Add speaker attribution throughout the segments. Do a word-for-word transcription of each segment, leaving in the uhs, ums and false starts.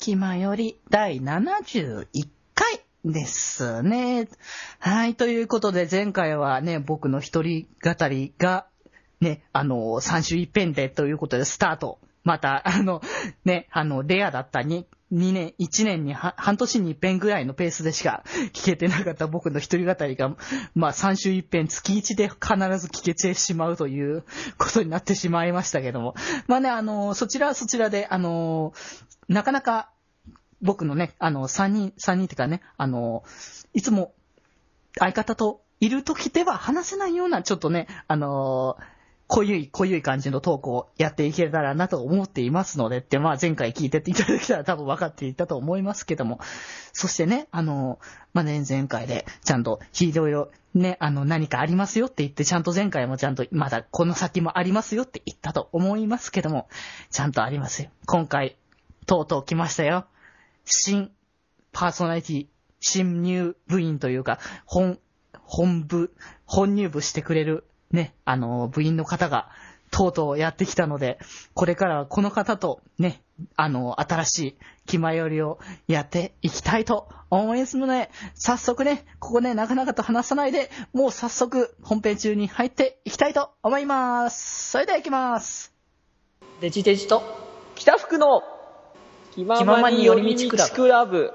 Speaker 1: 気まよりだいななじゅういっかいですね。はい、ということで前回はね、僕の一人語りがね、あの、さん週一遍でということでスタート。また、あの、ね、あの、レアだったに、にねん、いちねんには、半年に一遍ぐらいのペースでしか聞けてなかった僕の一人語りが、まあさん週一遍月いちで必ず聞けてしまうということになってしまいましたけども。まあね、あの、そちらはそちらで、あの、なかなか僕のね、あの、さんにん、さんにんっていうかね、あの、いつも相方といる時では話せないような、ちょっとね、あの、濃ゆい、濃ゆい感じのトークをやっていけたらなと思っていますのでって、まあ前回聞いていただけたら多分分かっていたと思いますけども。そしてね、あの、まあね、前回でちゃんといろいろね、あの何かありますよって言って、ちゃんと前回もちゃんとまだこの先もありますよって言ったと思いますけども、ちゃんとありますよ。今回、とうとう来ましたよ。新パーソナリティ、新入部員というか、本、本部、本入部してくれるね、あの、部員の方が、とうとうやってきたので、これからはこの方と、ね、あの、新しい気まよりをやっていきたいと思いますので、早速ね、ここね、なかなかと話さないで、もう早速、本編中に入っていきたいと思います。それでは行きます。デジデジと、
Speaker 2: 北福の気ままに寄り道クラブ。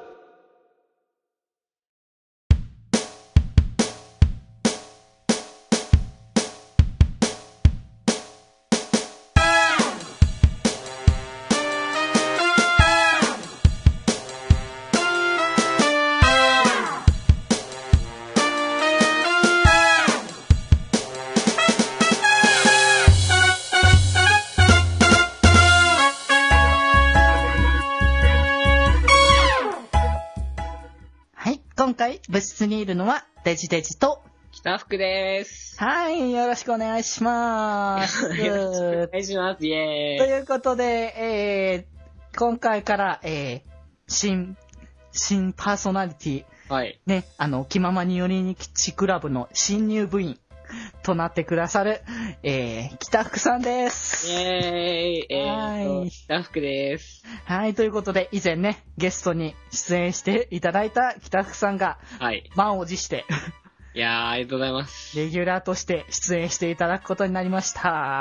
Speaker 1: 今回部室にいるのはデジデジと
Speaker 2: 北福です。
Speaker 1: はい、よろしくお願いします。
Speaker 2: よろしくお願いします。イエーイ。
Speaker 1: ということで、えー、今回から、えー、新新パーソナリティ、
Speaker 2: はい、
Speaker 1: ね、あの気ままに寄り道クラブの新入部員となってくださる、えー、北福さんです。
Speaker 2: イエーイ。えー、はい、北福です。
Speaker 1: はい、ということで以前ねゲストに出演していただいた北福さんが、
Speaker 2: はい、
Speaker 1: 満を持して
Speaker 2: いやーありがとうございます。
Speaker 1: レギュラーとして出演していただくことになりました。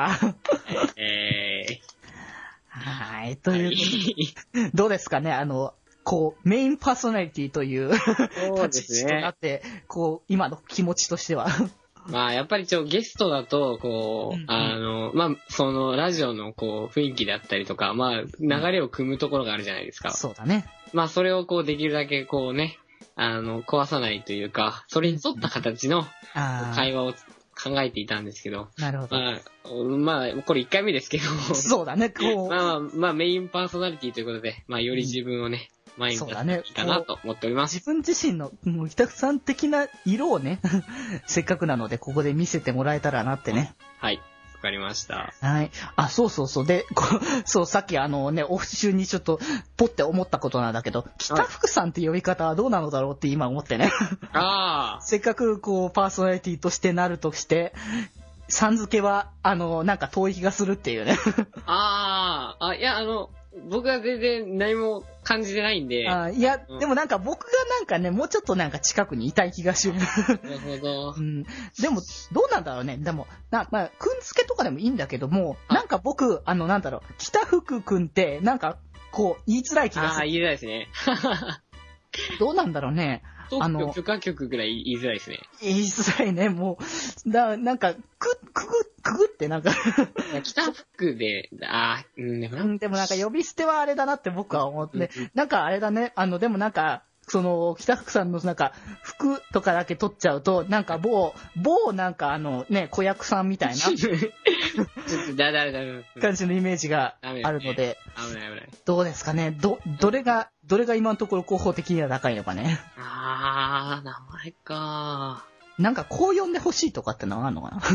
Speaker 2: えー、
Speaker 1: はい、ということで、はい、どうですかね、あのこうメインパーソナリティという立ち位置となって、こう今の気持ちとしては。
Speaker 2: まあやっぱりちょゲストだとこう、うんうん、あのまあそのラジオのこう雰囲気であったりとか、まあ流れを組むところがあるじゃないですか。
Speaker 1: うん、そうだね。
Speaker 2: まあそれをこうできるだけこうね、あの壊さないというか、それに沿った形の会話を考えていたんですけど。
Speaker 1: なるほど。
Speaker 2: まあ、まあこれいっかいめですけど。
Speaker 1: そうだね。こう。
Speaker 2: まあまあまあメインパーソナリティということで、まあより自分をね。うん前に出したらいいかなと思っております。
Speaker 1: 自分自身のもう北福さん的な色をねせっかくなのでここで見せてもらえたらなってね。
Speaker 2: はい、わかりました。
Speaker 1: はい。あ、そうそうそうでこそうさっきあのねオフ中にちょっとポッて思ったことなんだけど、北福さんって呼び方はどうなのだろうって今思ってね。
Speaker 2: ああ。
Speaker 1: せっかくこうパーソナリティとしてなるとして。さん付けはあのなんか遠い気がするっていうね。
Speaker 2: ああ、あいやあの。僕は全然何も感じてないんで。
Speaker 1: あいや、うん、でもなんか僕がなんかね、もうちょっとなんか近くにいたい気がする。な
Speaker 2: るほど。
Speaker 1: うん。でも、どうなんだろうね。でも、な、まあ、くん付けとかでもいいんだけども、なんか僕、あの、なんだろう、北福くんって、なんか、こう、言いづらい気がする。
Speaker 2: ああ、言いづらいですね。
Speaker 1: どうなんだろうね。
Speaker 2: あの、許可局ぐらい言いづらいですね。
Speaker 1: 言いづらいね、もう。だなんか、く、くぐ、くぐってなんか
Speaker 2: 北福で、あー、うん、でもなんか、
Speaker 1: でもなんか呼び捨てはあれだなって僕は思って、ね、なんかあれだね、あの、でもなんか、その、北福さんのなんか、服とかだけ取っちゃうと、なんか某、某なんかあのね、子役さんみたいな。ちょっ
Speaker 2: とだだだだ。
Speaker 1: 感じのイメージがあるので。
Speaker 2: 危ない危ない。
Speaker 1: どうですかね、ど、どれが、どれが今のところ広報的には高いのかね。
Speaker 2: あー、名前か
Speaker 1: ー。なんかこう呼んでほしいとかってのはあるのかな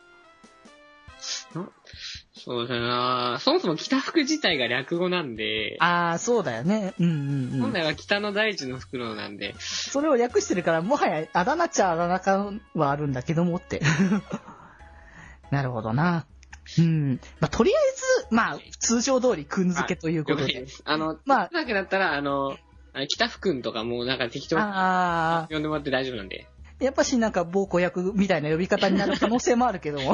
Speaker 2: そうだなそもそも北福自体が略語なんで。
Speaker 1: ああ、そうだよね。うんうんうん。
Speaker 2: 本来は北の大地の袋なんで。
Speaker 1: それを略してるから、もはやあだ名っちゃあだ名かはあるんだけどもって。なるほどな。 うん。まあ、とりあえず、まあ、通常通りくんづけということで。
Speaker 2: あの、まあ、なくなったら、あの、北福くんとかもなんか適当に呼んでもらって大丈夫なんで。
Speaker 1: やっぱしなんか暴行役みたいな呼び方になる可能性もあるけども。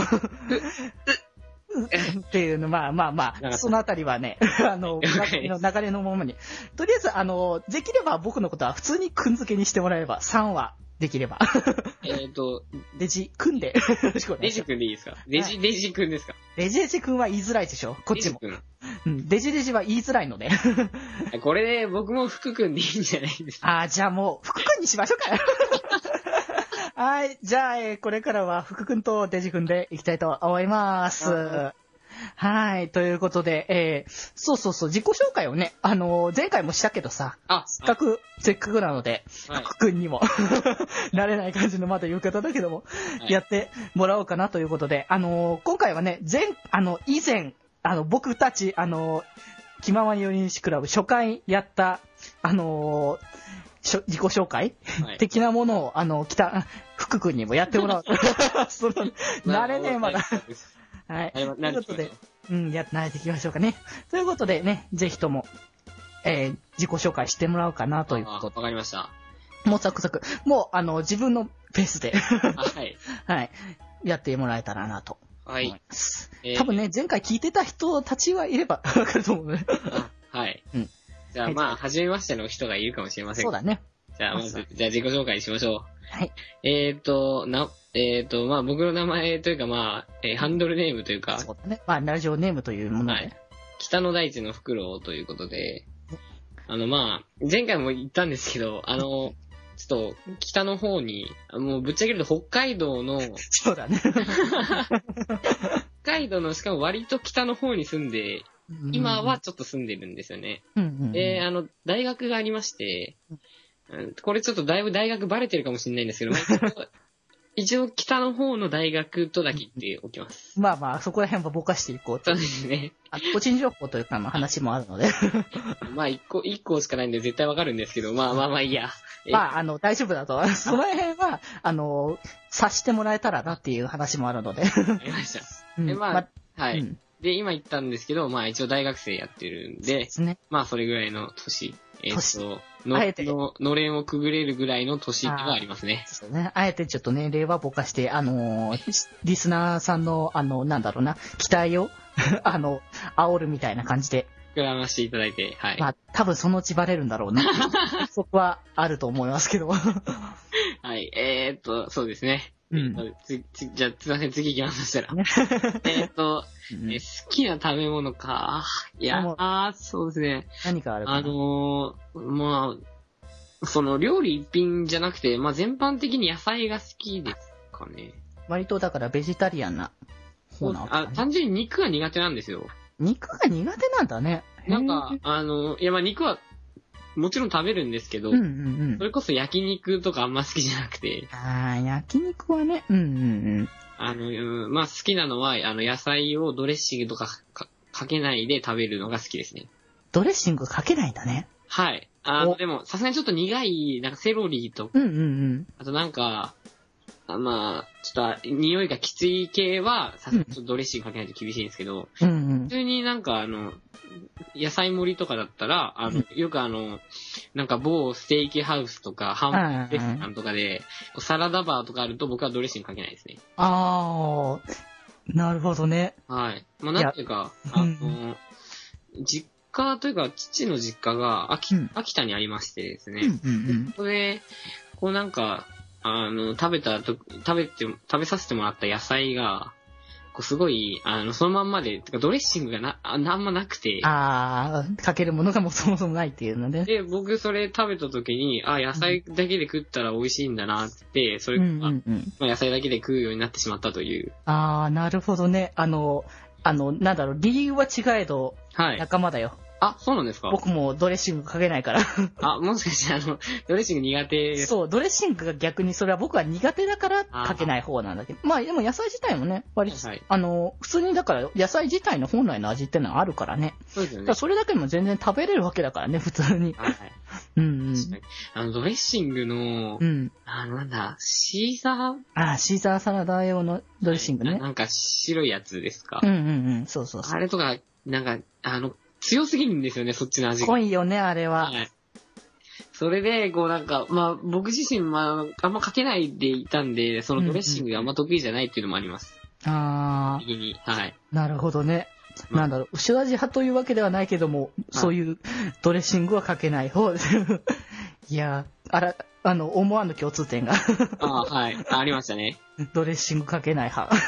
Speaker 1: っていうの、まあまあまあ、そのあたりはね、あの、流れのままに。とりあえず、あの、できれば僕のことは普通にくんづけにしてもらえれば、さんはできれば。
Speaker 2: えっと、
Speaker 1: デジくんで。
Speaker 2: デジくんでいいですか？デジ、デジくんですか？
Speaker 1: デジデジくんは言いづらいでしょこっちも。うん、デジデジは言いづらいので。
Speaker 2: これで僕も福くんでいいんじゃないですか？
Speaker 1: ああ、じゃあもう、福くんにしましょうか。はい。じゃあ、えー、これからは福くんとデジくんでいきたいと思います。はい。ということで、えー、そうそうそう、自己紹介をね、あのー、前回もしたけどさ、
Speaker 2: あ、
Speaker 1: せっかく、せっかくなので、
Speaker 2: はい、
Speaker 1: 福くんにも、慣れない感じのまだ言う方だけども、はい、やってもらおうかなということで、あのー、今回はね、前、あの、以前、あの、僕たち、あのー、気ままに寄り道クラブ初回やった、あのー、自己紹介、はい、的なものを、あの、北、福くんにもやってもらおう。その、慣れねえ、まだ。はい。ということで、うん、や、慣れていきましょうかね。ということでね、ぜひとも、えー、自己紹介してもらおうかなということで。
Speaker 2: わかりました。
Speaker 1: もうサクサク。もう、あの、自分のペースで。
Speaker 2: はい。
Speaker 1: はい。やってもらえたらなと。
Speaker 2: はい。
Speaker 1: えー、多分ね、前回聞いてた人たちはいればわかると思うね。
Speaker 2: はい。
Speaker 1: うん。
Speaker 2: じゃあ、まあ、初めましての人がいるかもしれません。
Speaker 1: そうだね。
Speaker 2: じゃあ、まず、じゃあ自己紹介しましょう。
Speaker 1: はい。
Speaker 2: えっと、な、えっと、まあ、僕の名前というか、まあ、えー、ハンドルネームというか。
Speaker 1: そうだね。まあ、ラジオネームというもので。はい。
Speaker 2: 北の大地のフクロウということで、あの、まあ、前回も言ったんですけど、あの、ちょっと、北の方に、もうぶっちゃけると北海道の、
Speaker 1: そうだね。
Speaker 2: 北海道の、しかも割と北の方に住んで、今はちょっと住んでるんですよね。
Speaker 1: うんうんうん、
Speaker 2: で、あの、大学がありまして、これちょっとだいぶ大学バレてるかもしれないんですけど、まあ、一応北の方の大学とだけ言っておきます。
Speaker 1: まあまあ、そこら辺はぼかしていこうと。
Speaker 2: そうですね。
Speaker 1: あ個人情報というかの話もあるので。
Speaker 2: まあ、一個、一個しかないんで絶対わかるんですけど、まあまあまあいいや。
Speaker 1: まあ、あの、大丈夫だと。その辺は、あの、察してもらえたらなっていう話もあるので。
Speaker 2: わかりました。うん、まあ、まはい、うん。で、今言ったんですけど、まあ一応大学生やってるんで、そうですね、まあそれぐらいの年、えー、っと、の、の、のれんをくぐれるぐらいの年がありますね。
Speaker 1: そうね。あえてちょっと年齢はぼかして、あのー、リスナーさんの、あの、なんだろうな、期待を、あの、煽るみたいな感じで。
Speaker 2: 膨らませていただいて、はい。
Speaker 1: まあ、多分そのうちバレるんだろうな。そこはあると思いますけど。は
Speaker 2: い。えー、っと、そうですね。うん、つつじゃあ、すいません、次行きますしたら。えっと、うん、え、好きな食べ物か。いや、あそうですね。
Speaker 1: 何かあるかな。
Speaker 2: あのー、まあ、その料理一品じゃなくて、まあ全般的に野菜が好きですかね。
Speaker 1: 割とだからベジタリアンな方なわけ、ね、
Speaker 2: あ、単純に肉が苦手なんですよ。
Speaker 1: 肉が苦手なんだね。
Speaker 2: なんか、あの、いやまあ肉は、もちろん食べるんですけど、
Speaker 1: うんうんうん、
Speaker 2: それこそ焼肉とかあんま好きじゃなくて。
Speaker 1: ああ、焼肉はね、うんうんうん。
Speaker 2: あの、うん、まあ好きなのは、あの、野菜をドレッシングとか か, かけないで食べるのが好きですね。
Speaker 1: ドレッシングかけないんだね。
Speaker 2: はい。あの、でも、さすがにちょっと苦い、なんかセロリとか、
Speaker 1: うんうんうん。
Speaker 2: あとなんか、あまあ、ちょっと、匂いがきつい系は、さすがにちょっとドレッシングかけないと厳しいんですけど、
Speaker 1: うんうん、
Speaker 2: 普通になんかあの、野菜盛りとかだったら、あの、うん、よくあの、なんか某ステーキハウスとか、ハンバーグレストランとかで、サラダバーとかあると僕はドレッシングかけないですね。
Speaker 1: ああ、なるほどね。
Speaker 2: はい。まあ、なんていうか、あの、実家というか、父の実家が秋、うん、秋田にありましてですね。
Speaker 1: うんうんうん、
Speaker 2: それで、こうなんか、あの、食べたと、食べて、食べさせてもらった野菜が、こうすごい、あの、そのまんまで、てかドレッシングがな、あんまなくて。
Speaker 1: ああ、かけるものがもうそもそもないっていうので。
Speaker 2: で、僕それ食べた時に、あ、野菜だけで食ったら美味しいんだなって、それが、うんうんうん、まあ、野菜だけで食うようになってしまったという。
Speaker 1: ああ、なるほどね。あの、あの、なんだろう、理由は違えど、
Speaker 2: はい。
Speaker 1: 仲間だよ。
Speaker 2: あ、そうなんですか？
Speaker 1: 僕もドレッシングかけないから。
Speaker 2: あ、もしかしてあの、ドレッシング苦手ですか？
Speaker 1: そう、ドレッシングが逆にそれは僕は苦手だからかけない方なんだけど。まあでも野菜自体もね、割と、はい、あの、普通にだから野菜自体の本来の味ってのはあるからね。
Speaker 2: そうですよね。
Speaker 1: だからそれだけでも全然食べれるわけだからね、普通に。
Speaker 2: はい。うんうん。あの、ドレッシングの、うん。あの、なんだ、シーザー
Speaker 1: ああ、シーザーサラダ用のドレッシングね。
Speaker 2: な, なんか白いやつですか？
Speaker 1: うんうんうん、そうそうそう。
Speaker 2: あれとか、なんか、あの、強すぎるんですよね、そっちの味が。
Speaker 1: 濃いよね、あれは。
Speaker 2: はい。それで、こうなんか、まあ、僕自身、まあ、あんまかけないでいたんで、そのドレッシングがあんま得意じゃないっていうのもあります。
Speaker 1: うんうん、ああ。
Speaker 2: 的に。はい。
Speaker 1: なるほどね。まあ、なんだろう、薄味派というわけではないけども、そういうドレッシングはかけない方です。いやー、あら、あの、思わぬ共通点が。
Speaker 2: ああ、はい。ありましたね。
Speaker 1: ドレッシングかけない派。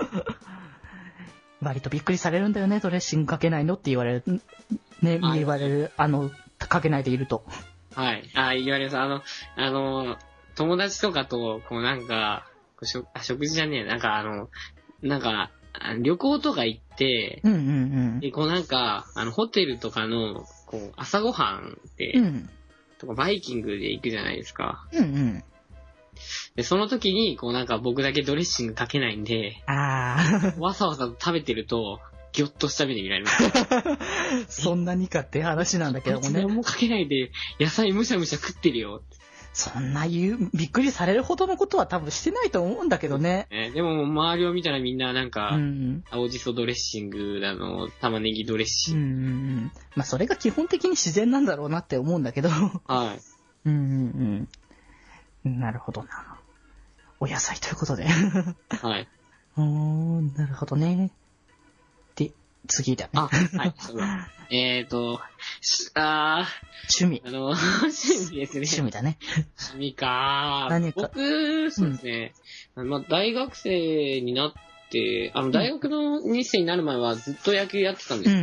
Speaker 1: 割とびっくりされるんだよね、ドレッシングかけないのって言われる。ね、言われる、あの、かけないでいると。
Speaker 2: はい。あ、言われます。あの、あの、友達とかと、こうなんか、食あ食事じゃねえ、なんかあの、なんか、旅行とか行って、
Speaker 1: うんうんうん、
Speaker 2: で、こうなんか、あの、ホテルとかの、こう、朝ごはんで、うん、とかバイキングで行くじゃないですか。
Speaker 1: うんうん。
Speaker 2: で、その時に、こうなんか僕だけドレッシングかけないんで、
Speaker 1: あ
Speaker 2: わさわさと食べてると、ぎょっとした目で見られます。
Speaker 1: そんなにかって話なんだけどもね。
Speaker 2: 何もかけないで、野菜むしゃむしゃ食ってるよ。
Speaker 1: そんな言う、びっくりされるほどのことは多分してないと思うんだけどね。
Speaker 2: ね、でも周りを見たらみんななんか、うん、青じそドレッシングだの、玉ねぎドレッシング。
Speaker 1: うんうん、まあそれが基本的に自然なんだろうなって思うんだけど。
Speaker 2: はい。
Speaker 1: うんうんうん。なるほどな。お野菜ということで。
Speaker 2: はい。
Speaker 1: うーん、なるほどね。で、次だね。
Speaker 2: あ、はい。そうだ。えーと、あ
Speaker 1: 趣味。
Speaker 2: あの、趣味ですね。
Speaker 1: 趣味だね。
Speaker 2: 趣味かー。
Speaker 1: 何か。
Speaker 2: 僕、そうですね。うん、まあ、大学生になって、あの、大学のに生になる前はずっと野球やってたんです。
Speaker 1: うんうんうん、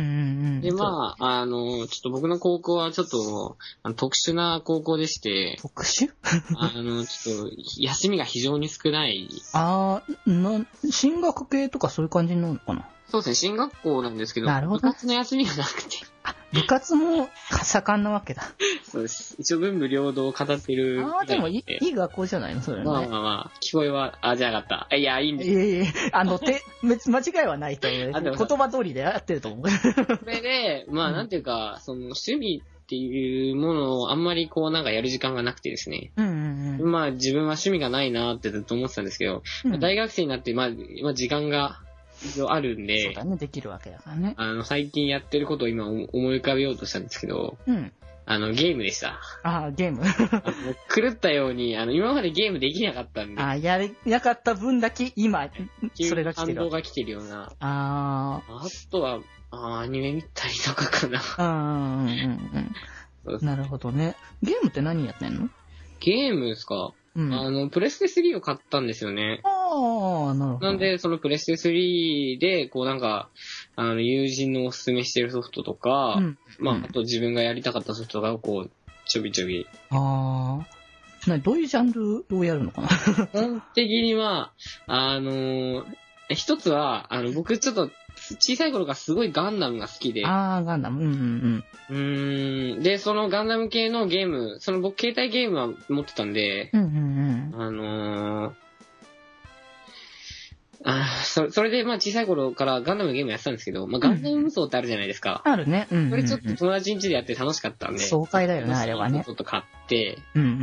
Speaker 2: で、まあ、あの、ちょっと僕の高校はちょっと、あの特殊な高校でして。
Speaker 1: 特殊
Speaker 2: あの、ちょっと、休みが非常に少ない。
Speaker 1: あー、な、進学系とかそういう感じになるのかな？
Speaker 2: そうですね、進学校なんですけど、
Speaker 1: なるほど。
Speaker 2: 部活の休みがなくて。
Speaker 1: あ、部活も盛んなわけだ。
Speaker 2: そうです。一応文武両道を語ってる。
Speaker 1: ああ、でもいい、いい学校じゃないのそれね。
Speaker 2: まあまあまあ、聞こえは、あ、じゃなかった。いや、いいんです。
Speaker 1: いやいやあの、て、間違いはないと思う。言葉通りでやってると思う。
Speaker 2: それで、まあ、なんていうか、うん、その、趣味っていうものをあんまりこうなんかやる時間がなくてですね。
Speaker 1: うんうんうん、
Speaker 2: まあ、自分は趣味がないなってずっと思ってたんですけど、うん、大学生になって、まあ、まあ、時間が、あるんで、
Speaker 1: そうだね、できるわけだからね。
Speaker 2: あの、最近やってることを今思い浮かべようとしたんですけど、
Speaker 1: うん。
Speaker 2: あの、ゲームでした。
Speaker 1: ああ、ゲーム
Speaker 2: 狂ったように、あの、今までゲームできなかったんで。
Speaker 1: ああ、やれなかった分だけ、今、それが来てる。
Speaker 2: 感動が来てるような。
Speaker 1: あ
Speaker 2: あ。あとは、あアニメ見たりとかかな。
Speaker 1: うんうんうんうん。なるほどね。ゲームって何やってんの？
Speaker 2: ゲームですか？うん、あの、プレステスリーを買ったんですよね。
Speaker 1: ああ、なるほど。
Speaker 2: なんで、そのプレステスリーで、こうなんか、あの、友人のおすすめしてるソフトとか、うん、まあ、あと自分がやりたかったソフトとかをこう、ちょびちょび。
Speaker 1: ああ。な、どういうジャンルをやるのかな？
Speaker 2: 基本的には、あの、一つは、あの、僕ちょっと、小さい頃からすごいガンダムが好きで。
Speaker 1: ああ、ガンダム。うんうん
Speaker 2: うん。うーん。で、そのガンダム系のゲーム、その僕携帯ゲームは持ってたんで、
Speaker 1: うんうんうん、
Speaker 2: あのー、あそそれで、まあ小さい頃からガンダムのゲームやってたんですけど、まあガンダム無双ってあるじゃないですか。
Speaker 1: うん、あるね。うんうんうん。
Speaker 2: それちょっと友達ん家でやって楽しかったんで。
Speaker 1: 爽快だよね、あれはね。
Speaker 2: ちょっと買って。
Speaker 1: うんうんうん。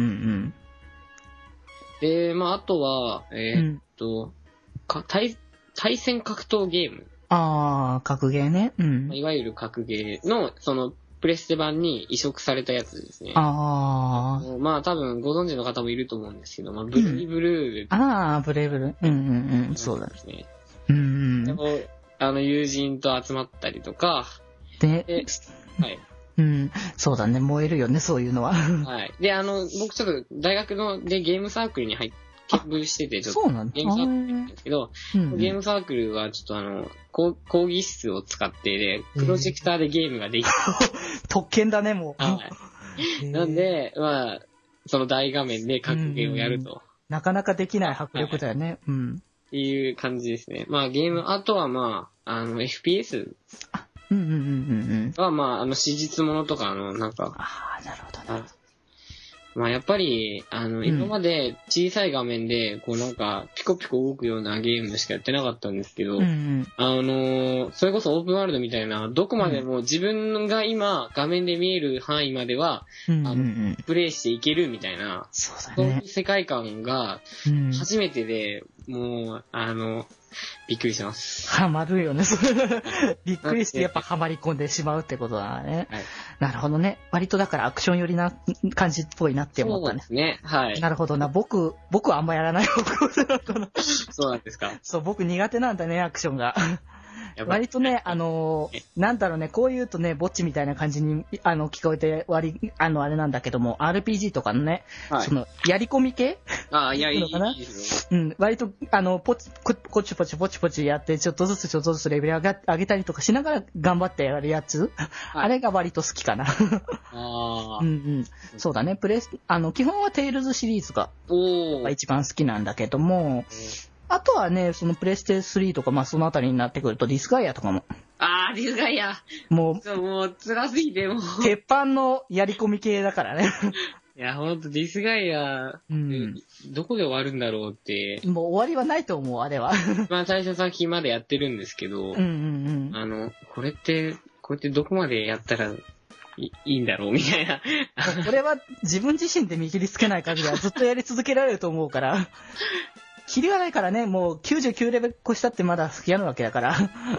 Speaker 2: で、まああとは、えー、っと、うん、か対、対戦格闘ゲーム。
Speaker 1: ああ、格ゲーね。うん。
Speaker 2: いわゆる格ゲーの、その、プレステ版に移植されたやつですね。
Speaker 1: ああ。
Speaker 2: まあ多分ご存知の方もいると思うんですけど、まあブレイブルー、
Speaker 1: うん、ああ、ブレイブルー。うんうんうん。そうだですね。うんうん。
Speaker 2: でも、あの、友人と集まったりとか。
Speaker 1: で、
Speaker 2: ではい。
Speaker 1: うん。そうだね。燃えるよね、そういうのは。
Speaker 2: はい。で、あの、僕ちょっと大学のでゲームサークルに入って、見聞してて、ちょっと。
Speaker 1: そうなん
Speaker 2: ゲームサークルなんですけど、うんうん、ゲームサークルはちょっとあの、講義室を使ってで、プロジェクターでゲームができる。
Speaker 1: 特権だね、もう。
Speaker 2: はい。なんで、まあ、その大画面で格ゲーをやると。うんうん、
Speaker 1: なかなかできない迫力だよね。はい、うん。
Speaker 2: っていう感じですね。まあゲーム、あとはまあ、あの、エフピーエス。
Speaker 1: あ、ううんうんうんうん。
Speaker 2: は、まあ、あの、史実ものとか、あの、なんか。
Speaker 1: ああ、なるほどね。
Speaker 2: まあ、やっぱり、あの、今まで小さい画面で、こうなんか、ピコピコ動くようなゲームしかやってなかったんですけど、
Speaker 1: うんうん、
Speaker 2: あの、それこそオープンワールドみたいな、どこまでも自分が今、画面で見える範囲までは、
Speaker 1: うんうんうん、
Speaker 2: あのプレイしていけるみたいな、
Speaker 1: そうだね。
Speaker 2: そういう世界観が、初めてで、うん、もう、あの、びっくりします。
Speaker 1: ハマるよね、それ。びっくりしてやっぱハマり込んでしまうってことだね。はい、なるほどね。割とだからアクション寄りな感じっぽいなって思ったね。
Speaker 2: そうですね。はい。
Speaker 1: なるほどな。僕、僕はあんまやらない方向だったな。
Speaker 2: そうなんですか。
Speaker 1: そう、僕苦手なんだね、アクションが。割とね、あのー、なんだろうね、こう言うとね、ぼっちみたいな感じに、あの、聞こえて、割、あの、あれなんだけども、アールピージー とかのね、はい、その、やり込み系
Speaker 2: ああ、いや、いいのかな、いい
Speaker 1: ですよ。うん、割と、あの、ポチ、ポチポチポチポチやって、ちょっとずつちょっとずつレベル上が上げたりとかしながら頑張ってやるやつ、はい、あれが割と好きかな。あ
Speaker 2: あ。
Speaker 1: うんうん。そうだね、プレス、あの、基本はテイルズシリーズが、が一番好きなんだけども、あとはね、そのプレステスリーとか、まあそのあたりになってくるとディスガイアとかも。
Speaker 2: あー、ディスガイア。
Speaker 1: も
Speaker 2: う、もう辛すぎてもう。
Speaker 1: 鉄板のやり込み系だからね。
Speaker 2: いや、ほんとディスガイア、うん、どこで終わるんだろうって。
Speaker 1: もう終わりはないと思う、あれは。
Speaker 2: まあ最初作品までやってるんですけど、
Speaker 1: うんうんうん、
Speaker 2: あの、これって、これってどこまでやったらいいいんだろうみたいな。
Speaker 1: これは自分自身で見切りつけない限りはずっとやり続けられると思うから。キリがないからね、もうきゅうじゅうきゅうレベル越したってまだやるわけだから。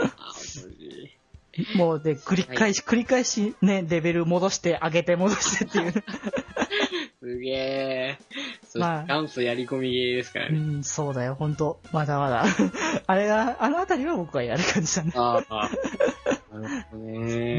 Speaker 1: もうで、繰り返し、繰り返しね、レベル戻して、上げて戻してっていう。
Speaker 2: すげえ。まあ、元祖やり込みゲーですからね。
Speaker 1: うん、そうだよ、ほんと。まだまだ。あれが、あのあたりは僕はやる感じだね。
Speaker 2: ああ。なるほどね。うんうんうん。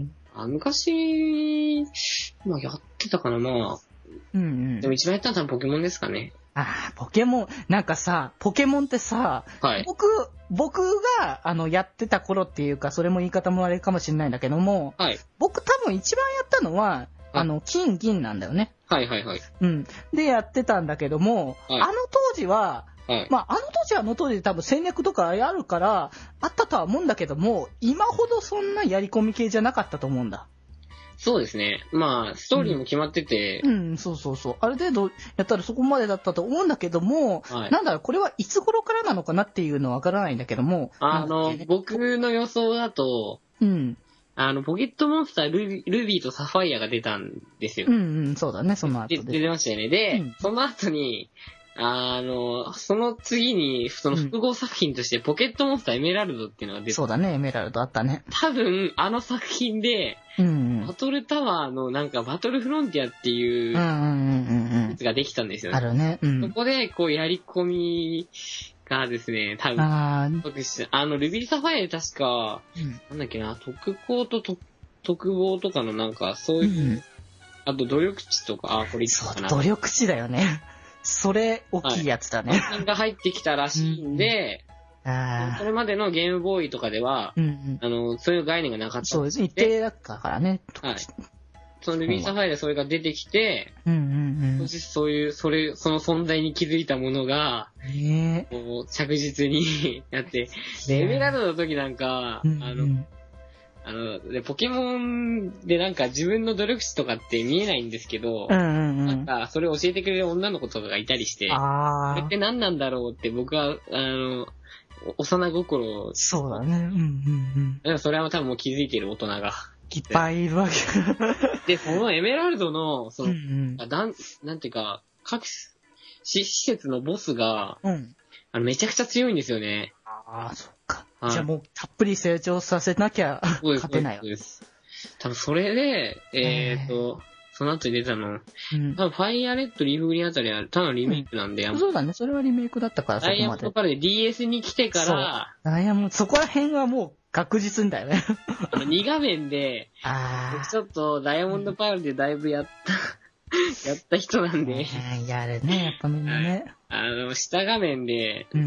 Speaker 2: あ、昔、まあやってたかな、まあ。
Speaker 1: うんうん。
Speaker 2: でも一番やったのはポケモンですかね。
Speaker 1: ああ、ポケモン、なんかさ、ポケモンってさ、はい、僕、僕が、あの、やってた頃っていうか、それも言い方もあれかもしれないんだけども、はい、僕多分一番やったのは、あの、金銀なんだよね。
Speaker 2: はいはいはい。
Speaker 1: うん。でやってたんだけども、はい、あの当時は、はい、まあ、あの当時はあの当時で多分戦略とかあるから、あったとは思うんだけども、今ほどそんなやり込み系じゃなかったと思うんだ。
Speaker 2: そうですね。まあ、ストーリーも決まってて、
Speaker 1: うん。うん、そうそうそう。ある程度やったらそこまでだったと思うんだけども、はい、なんだろう、これはいつ頃からなのかなっていうのはわからないんだけども。
Speaker 2: あの、僕の予想だと、
Speaker 1: うん。
Speaker 2: あの、ポケットモンスタールビ、ルビーとサファイアが出たんですよ。
Speaker 1: うんうん、そうだね、その後
Speaker 2: で。出てましたよね。で、うん、その後に、あの、その次に、その複合作品としてポケットモンスターエメラルドっていうのが出て、うん、
Speaker 1: そうだね、エメラルドあったね。
Speaker 2: 多分、あの作品で、うんうん、バトルタワーのなんかバトルフロンティアっていうやつができたんですよね。
Speaker 1: あるね。うん、
Speaker 2: そこで、こう、やり込みがですね、多分、あ, あの、ルビーサファイアで確か、うん、なんだっけな、特攻と特特防とかのなんか、そういう、うん、あと努力値とか、あ、これいつかな。
Speaker 1: そう、努力値だよね。それ、大きいやつだね。
Speaker 2: はい、が入ってきたらしいんで、うん、あそれまでのゲームボーイとかでは、うんうん、あの、そういう概念がなかった。
Speaker 1: そうです。一定だったからね。
Speaker 2: はい。そのルビーサファイアでそれが出てきて、うんうんうん、そういう、それ、その存在に気づいたものが、
Speaker 1: ね、
Speaker 2: こう着実にやって、で、エメラルドの時なんか、うんうん、あの、あので、ポケモンでなんか自分の努力値とかって見えないんですけど、うんうんうん、なんかそれを教えてくれる女の子とかがいたりして、
Speaker 1: あ
Speaker 2: これって何なんだろうって僕は、あの、幼心を。
Speaker 1: そうだね。うんうん
Speaker 2: うん。それは多分もう気づいている大人が。
Speaker 1: いっぱいいるわけ。
Speaker 2: で、そのエメラルドの、その、うんうん、なん、なんていうか、各施設のボスが、うん、あのめちゃくちゃ強いんですよね。
Speaker 1: ああ、そっか。じゃあもうたっぷり成長させなきゃ勝てないわ。
Speaker 2: そうです。多分それで、えーっと、その後に出たの、うん、多分ファイアレッドリーフグリーンあたりはただのリメイクなんで、
Speaker 1: うん、そうだね、それはリメイクだったからそこまで。
Speaker 2: ダイヤモンドパレで ディーエス に来てから、
Speaker 1: ダイヤモンド、そこら辺はもう確実んだよね。
Speaker 2: あのに画面で、僕ちょっとダイヤモンドパールでだいぶやった、やった人なんで。
Speaker 1: やるね、やっぱみんなね。
Speaker 2: あの、下画面で、うんうんうん、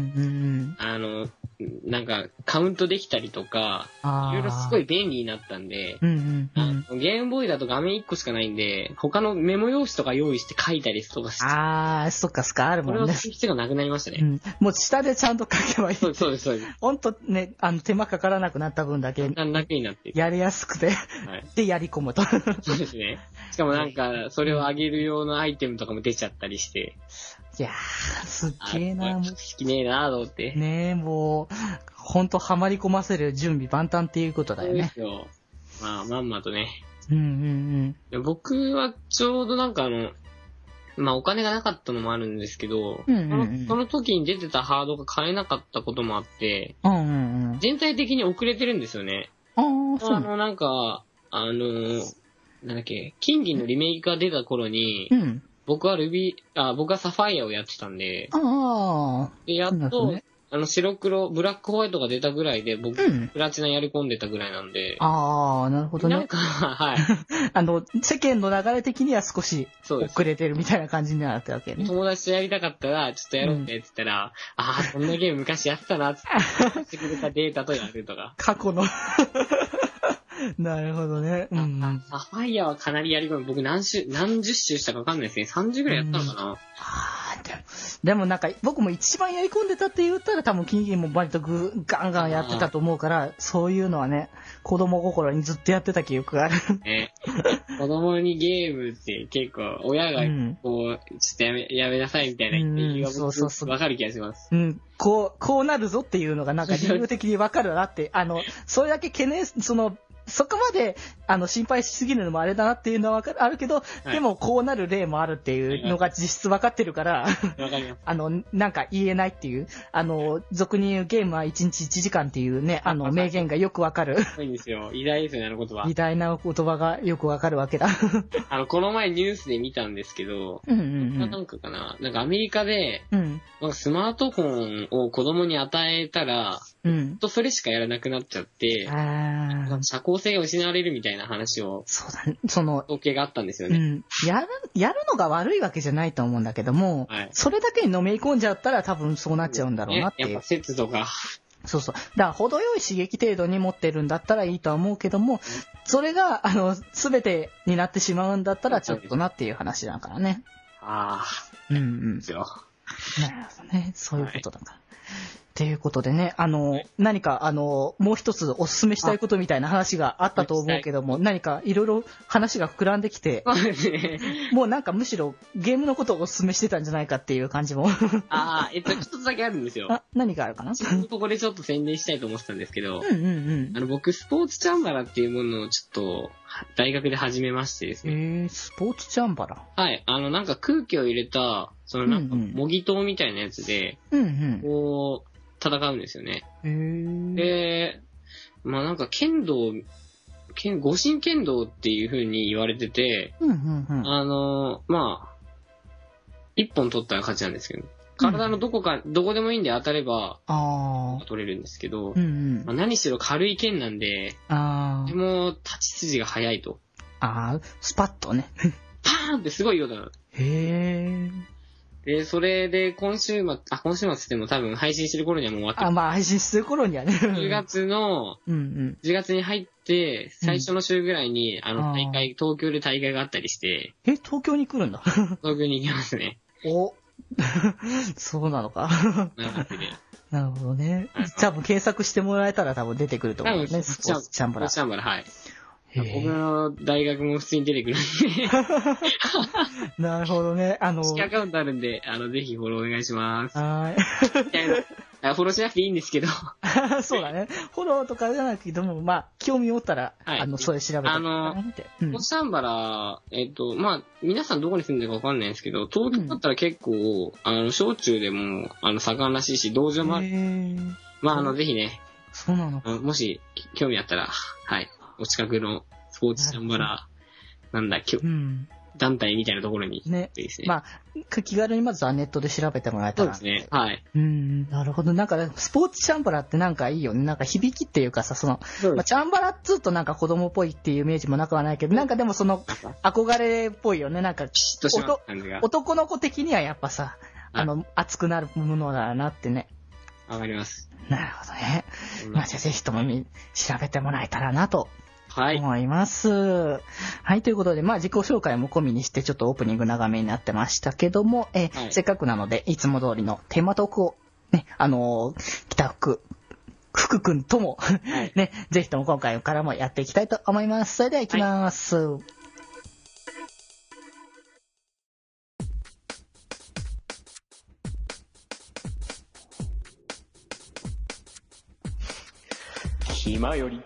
Speaker 2: あの、なんか、カウントできたりとか、いろいろすごい便利になったんで、うんうんうん、 ゲームボーイだと画面いっこしかないんで、他のメモ用紙とか用意して書いたりとかして。
Speaker 1: あー、そっかそっか、あるもんね。
Speaker 2: これはする必要がなくなりましたね。
Speaker 1: うん。もう下でちゃんと書けばいい。
Speaker 2: そうそうです、そうです。
Speaker 1: ほんとね、あの、手間かからなくなった分だけ。
Speaker 2: 楽になって
Speaker 1: やりやすくて。はい。で、やり込むと。
Speaker 2: そうですね。しかもなんか、それを上げる用のアイテムとかも出ちゃったりして。
Speaker 1: いやー、すっげえなー。
Speaker 2: 好きねえなーと思って。
Speaker 1: ねえ、もう、ほんとハマり込ませる準備万端っていうことだよね。
Speaker 2: そうですよ。まあ、まんまとね。
Speaker 1: うんうん
Speaker 2: うん。僕はちょうどなんかあの、まあお金がなかったのもあるんですけど、
Speaker 1: うんうんうん、
Speaker 2: その、その時に出てたハードが買えなかったこともあって、
Speaker 1: うんうんうん、
Speaker 2: 全体的に遅れてるんですよね。
Speaker 1: ああ、そう。
Speaker 2: あの、なんか、あの、なんだっけ、金銀のリメイクが出た頃に、
Speaker 1: うん、
Speaker 2: 僕はルビー、あ、僕はサファイアをやってたんで、
Speaker 1: ああ、
Speaker 2: で、やっと、ね、あの、白黒、ブラックホワイトが出たぐらいで、僕、うん、プラチナやり込んでたぐらいなんで。
Speaker 1: ああ、なるほどね。
Speaker 2: なんか、はい。
Speaker 1: あの、世間の流れ的には少し遅れてるみたいな感じになってるわけね。
Speaker 2: 友達とやりたかったら、ちょっとやろうって言ったら、うん、ああ、そんなゲーム昔やってたな、つって、してくれたデータとやるとか。
Speaker 1: 過去の。なるほどね。うん。
Speaker 2: サファイアはかなりやり込む。僕何周、何十周したかわかんないですね。さんじゅうぐらいやったのかな。うん、あ
Speaker 1: あ、でも、でもなんか、僕も一番やり込んでたって言ったら多分金銀も割とグガンガンやってたと思うから、そういうのはね、子供心にずっとやってた記憶がある。
Speaker 2: ね。子供にゲームって結構、親がこう、うん、ちょっとやめ、やめなさいみたいな言ってるが僕わかる気がします。
Speaker 1: うん。こう、こうなるぞっていうのがなんか理由的にわかるなって、あの、それだけ懸念、その、そこまで、あの、心配しすぎるのもあれだなっていうのはわかる、あるけど、はい、でもこうなる例もあるっていうのが実質分かってるから、あの、なんか言えないっていう、あの、俗に言うゲームはいちにちいちじかんっていうね、あの、名言がよくわかる。
Speaker 2: そういいんですよ。偉大ですよね、あの言葉。
Speaker 1: 偉大な言葉がよくわかるわけだ。
Speaker 2: あの、この前ニュースで見たんですけど、うんうんうん、なんかかな、なんかアメリカで、うん、なんかスマートフォンを子供に与えたら、うん、とそれしかやらなくなっちゃって、あ社交性が失われるみたいな話を、
Speaker 1: そうだね、その、
Speaker 2: 統計があったんですよね、うん。
Speaker 1: やる、やるのが悪いわけじゃないと思うんだけども、はい、それだけにのめり込んじゃったら多分そうなっちゃうんだろうなっていう。
Speaker 2: ね、やっぱ節度が。
Speaker 1: そうそう。だから、程よい刺激程度に持ってるんだったらいいとは思うけども、それが、あの、すべてになってしまうんだったらちょっとなっていう話だからね。
Speaker 2: ああ。
Speaker 1: うんうん。なるほどね。そういうことだから。はいということでね、あの、はい、何か、あの、もう一つお勧めしたいことみたいな話があったと思うけども、何かいろいろ話が膨らんできて、もうなんかむしろゲームのことをお勧めしてたんじゃないかっていう感じも。
Speaker 2: ああ、えっと、一つだけあるんですよ。
Speaker 1: あ、何があるかな
Speaker 2: ここでちょっと宣伝したいと思ってたんですけど、
Speaker 1: うんうんうん、
Speaker 2: あの、僕、スポーツチャンバラっていうものをちょっと、大学で始めましてですね。
Speaker 1: えー、スポーツチャンバラ
Speaker 2: はい。あの、なんか空気を入れた、そのなんか、模擬刀みたいなやつで、
Speaker 1: うんうん、
Speaker 2: こう、戦うんですよね。
Speaker 1: へー
Speaker 2: で、まあなんか剣道、剣、護身剣道っていう風に言われてて、
Speaker 1: うんうんうん、
Speaker 2: あの、まあ、一本取ったら勝ちなんですけど、体のどこか、うん、どこでもいいんで当たれば、
Speaker 1: あ
Speaker 2: 取れるんですけど、
Speaker 1: うんうん
Speaker 2: まあ、何しろ軽い剣なんで、
Speaker 1: あ
Speaker 2: でも立ち筋が速いと。
Speaker 1: ああ、スパッとね。
Speaker 2: パーンってすごいようだな。
Speaker 1: へー。
Speaker 2: で、それで今週末、あ、今週末でも多分配信してる頃にはもう終わってる。
Speaker 1: あ、まあ配信する頃にはね。
Speaker 2: じゅうがつの、
Speaker 1: うんうん、
Speaker 2: じゅうがつに入って、最初の週ぐらいに、うん、あの大会、東京で大会があったりして。
Speaker 1: え、東京に来るんだ。
Speaker 2: 東京に行きますね。
Speaker 1: おそうなのか。
Speaker 2: なるほどね。
Speaker 1: なるほどね。多分検索してもらえたら多分出てくると思うね。
Speaker 2: スポーツチャンバラ。スポーツチャンバラ、はい。僕の大学も普通に出てくるんで。
Speaker 1: なるほどね。あの、
Speaker 2: 公式アカウントあるんで、あの、ぜひフォローお願いします。
Speaker 1: はい。
Speaker 2: フォローしなくていいんですけど。
Speaker 1: そうだね。フォローとかじゃなくても、まあ、興味持ったら、はい、あの、それ調べてみて。
Speaker 2: あの、スポーツチャンバラ、えっと、まあ、皆さんどこに住んでるかわかんないんですけど、東京だったら結構、うん、あの、小中でも、あの、盛んらしいし、道場もある。まあ、あの、ぜひね。
Speaker 1: そうなのか。
Speaker 2: もし、興味あったら、はい。お近くのスポーツチャンバラ、なんだ、きょ、うん、団体みたいなところに、
Speaker 1: ね。ですね。まあ、気軽にまずはネットで調べてもらえたら。
Speaker 2: そうですね。はい。
Speaker 1: うん、なるほど。なんか、スポーツチャンバラってなんかいいよね。なんか響きっていうかさ、その、まあ、チャンバラっつうとなんか子供っぽいっていうイメージもなくはないけど、なんかでもその、憧れっぽいよね。なんか、
Speaker 2: ピシッとします感じが。
Speaker 1: 男の子的にはやっぱさ、あの、熱くなるものだなってね。
Speaker 2: わかります。
Speaker 1: なるほどね。まあ、じゃあぜひともみ調べてもらえたらなとはい。思います。はい。ということで、まあ自己紹介も込みにしてちょっとオープニング長めになってましたけども、えーはい、せっかくなので、いつも通りのテーマトークを、ね、あのー、北福、福くんとも、はい、ね、ぜひとも今回からもやっていきたいと思います。それでは行きます。はい
Speaker 2: 暇より。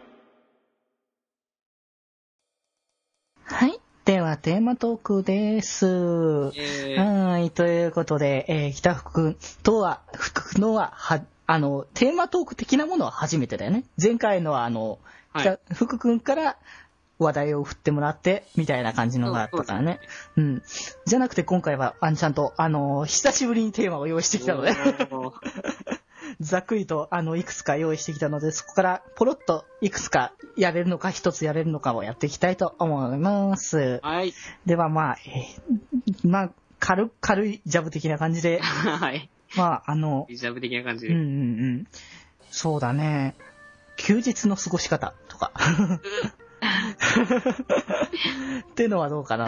Speaker 1: はい。では、テーマトークです。はい。ということで、えー、北福くんとは、福くんのは、は、あの、テーマトーク的なものは初めてだよね。前回のは、あの、はい、福くんから話題を振ってもらって、みたいな感じのがあったからね。う, う, うん。じゃなくて、今回は、あの、ちゃんと、あの、久しぶりにテーマを用意してきたので。ざっくりと、あの、いくつか用意してきたので、そこからポロッといくつかやれるのか、一つやれるのかをやっていきたいと思います。
Speaker 2: はい。
Speaker 1: では、まあ、えー、まあ、軽、軽いジャブ的な感じで。
Speaker 2: はい。
Speaker 1: まあ、あの、
Speaker 2: ジャブ的な感じで。
Speaker 1: うんうんうん。そうだね。休日の過ごし方とか。ってのはどうかな。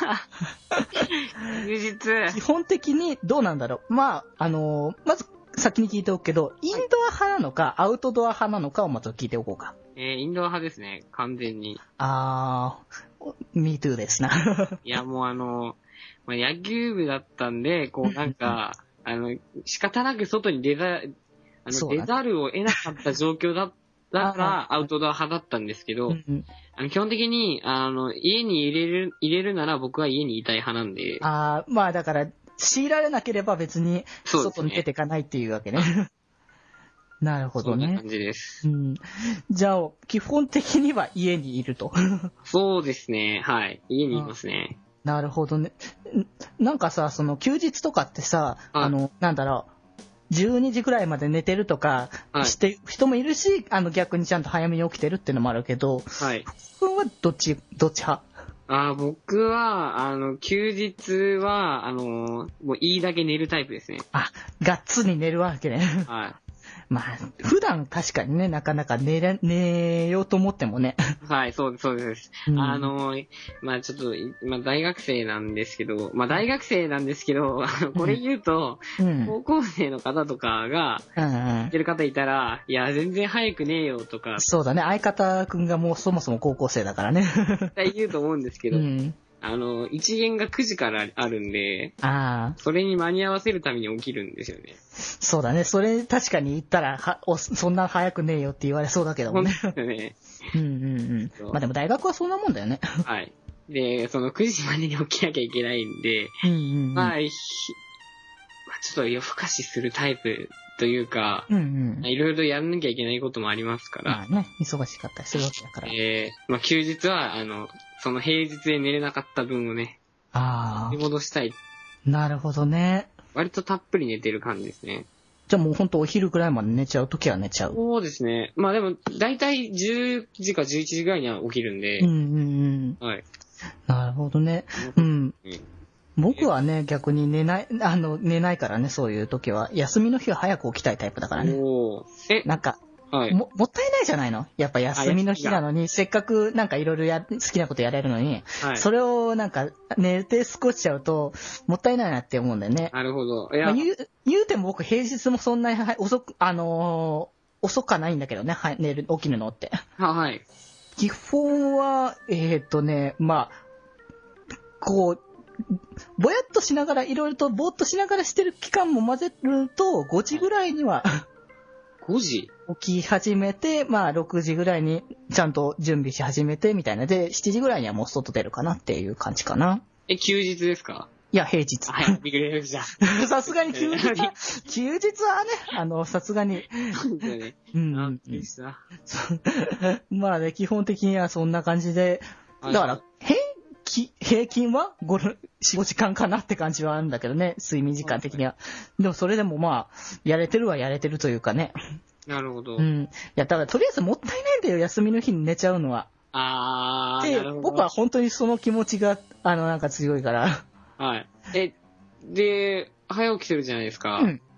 Speaker 2: 休日。
Speaker 1: 基本的にどうなんだろう。まあ、あのー、まず、先に聞いておくけど、インドア派なのか、はい、アウトドア派なのかをまず聞いておこうか。
Speaker 2: えー、インドア派ですね、完全に。
Speaker 1: あー、me too ですな。
Speaker 2: いや、もうあの、まあ、野球部だったんで、こうなんか、あの、仕方なく外に出ざ、あの、出ざるを得なかった状況だったからアウトドア派だったんですけど、うんうん、あの基本的に、あの、家に入れる、入れるなら僕は家にいたい派なんで。
Speaker 1: あー、まあだから、強いられなければ別に外に出ていかないっていうわけね。なるほどね。
Speaker 2: そんな感じです。
Speaker 1: うん。じゃあ、基本的には家にいると。
Speaker 2: そうですね。はい。家にいますね。
Speaker 1: なるほどね。なんかさ、その休日とかってさ、あ, あの、なんだろう、じゅうにじくらいまで寝てるとかして、はい、人もいるし、あの逆にちゃんと早めに起きてるっていうのもあるけど、
Speaker 2: はい。
Speaker 1: 福君はどっち、どっち派？
Speaker 2: あ僕は、あの、休日は、あの、もういいだけ寝るタイプですね。
Speaker 1: あ、がっつり寝るわけね。
Speaker 2: はい。
Speaker 1: まあ、普段確かにね、なかなか寝れ、寝ようと思ってもね。
Speaker 2: はい、そうです、そうです。うん、あの、まあちょっと、まあ大学生なんですけど、まあ大学生なんですけど、これ言うと、うん、高校生の方とかが、言ってる方いたら、いや、全然早くねえよとか。
Speaker 1: そうだね、相方くんがもうそもそも高校生だからね。
Speaker 2: 絶対言うと思うんですけど、うん、あの、一限がくじからあるんで、
Speaker 1: あ
Speaker 2: それに間に合わせるために起きるんですよね。
Speaker 1: そうだね。それ確かに言ったら、は、お、そんな早くねえよって言われそうだけどもね。
Speaker 2: そうですね。
Speaker 1: うんうんうん。まあでも大学はそんなもんだよね。
Speaker 2: はい。で、そのくじまでに起きなきゃいけないんで、
Speaker 1: うんうんうん、
Speaker 2: まあ、ひ、まあ、ちょっと夜更かしするタイプというか、
Speaker 1: うんうん、
Speaker 2: いろいろやんなきゃいけないこともありますから。
Speaker 1: まあね、忙しかったりするわけだから。
Speaker 2: えー、まあ休日は、あの、その平日で寝れなかった分をね、
Speaker 1: ああ。
Speaker 2: 戻したい。
Speaker 1: なるほどね。
Speaker 2: 割とたっぷり寝てる感じですね。
Speaker 1: じゃあもうほんとお昼くらいまで寝ちゃうときは寝ちゃう。
Speaker 2: そうですね。まあでも、だいたいじゅうじかじゅういちじぐらいには起きるんで。
Speaker 1: うんうんうん。
Speaker 2: はい。
Speaker 1: なるほどね。うん。うん、僕はね、逆に寝ない、あの、寝ないからね、そういう時は。休みの日は早く起きたいタイプだからね。
Speaker 2: おー。え
Speaker 1: なんか、
Speaker 2: はい、
Speaker 1: も、もったいないじゃないの？やっぱ休みの日なのに、せっかくなんかいろいろや、好きなことやれるのに、はい、それをなんか寝て過ごしちゃうと、もったいないなって思うんだよね。
Speaker 2: なるほど。いや、
Speaker 1: まあ、言う、言うても僕平日もそんなに遅く、あのー、遅かないんだけどね、はい、寝る、起きるのって。
Speaker 2: はい。
Speaker 1: 基本は、えーっとね、まあ、こう、ぼやっとしながら、いろいろとぼーっとしながらしてる期間も混ぜると、ごじぐらいには、
Speaker 2: ごじ
Speaker 1: 起き始めて、まあろくじぐらいにちゃんと準備し始めてみたいな。で、しちじぐらいにはもう外出るかなっていう感じかな。
Speaker 2: え、休日ですか？
Speaker 1: いや、平日。
Speaker 2: はい、びっくりした。
Speaker 1: さすがに休日は、休日はね、あの、さすがに。
Speaker 2: そうですよね。
Speaker 1: うん。
Speaker 2: びっくりした。
Speaker 1: まあね、基本的にはそんな感じで、だから、平均、平均はご、よん、ごじかんかなって感じはあるんだけどね、睡眠時間的には。でもそれでもまあ、やれてるはやれてるというかね。
Speaker 2: なるほど。
Speaker 1: うん。いや、だからとりあえずもったいないんだよ、休みの日に寝ちゃうのは。
Speaker 2: あー、なるほど。
Speaker 1: 僕は本当にその気持ちが、あの、なんか強いから。
Speaker 2: はい。え、で、早起きするじゃないですか。
Speaker 1: うん。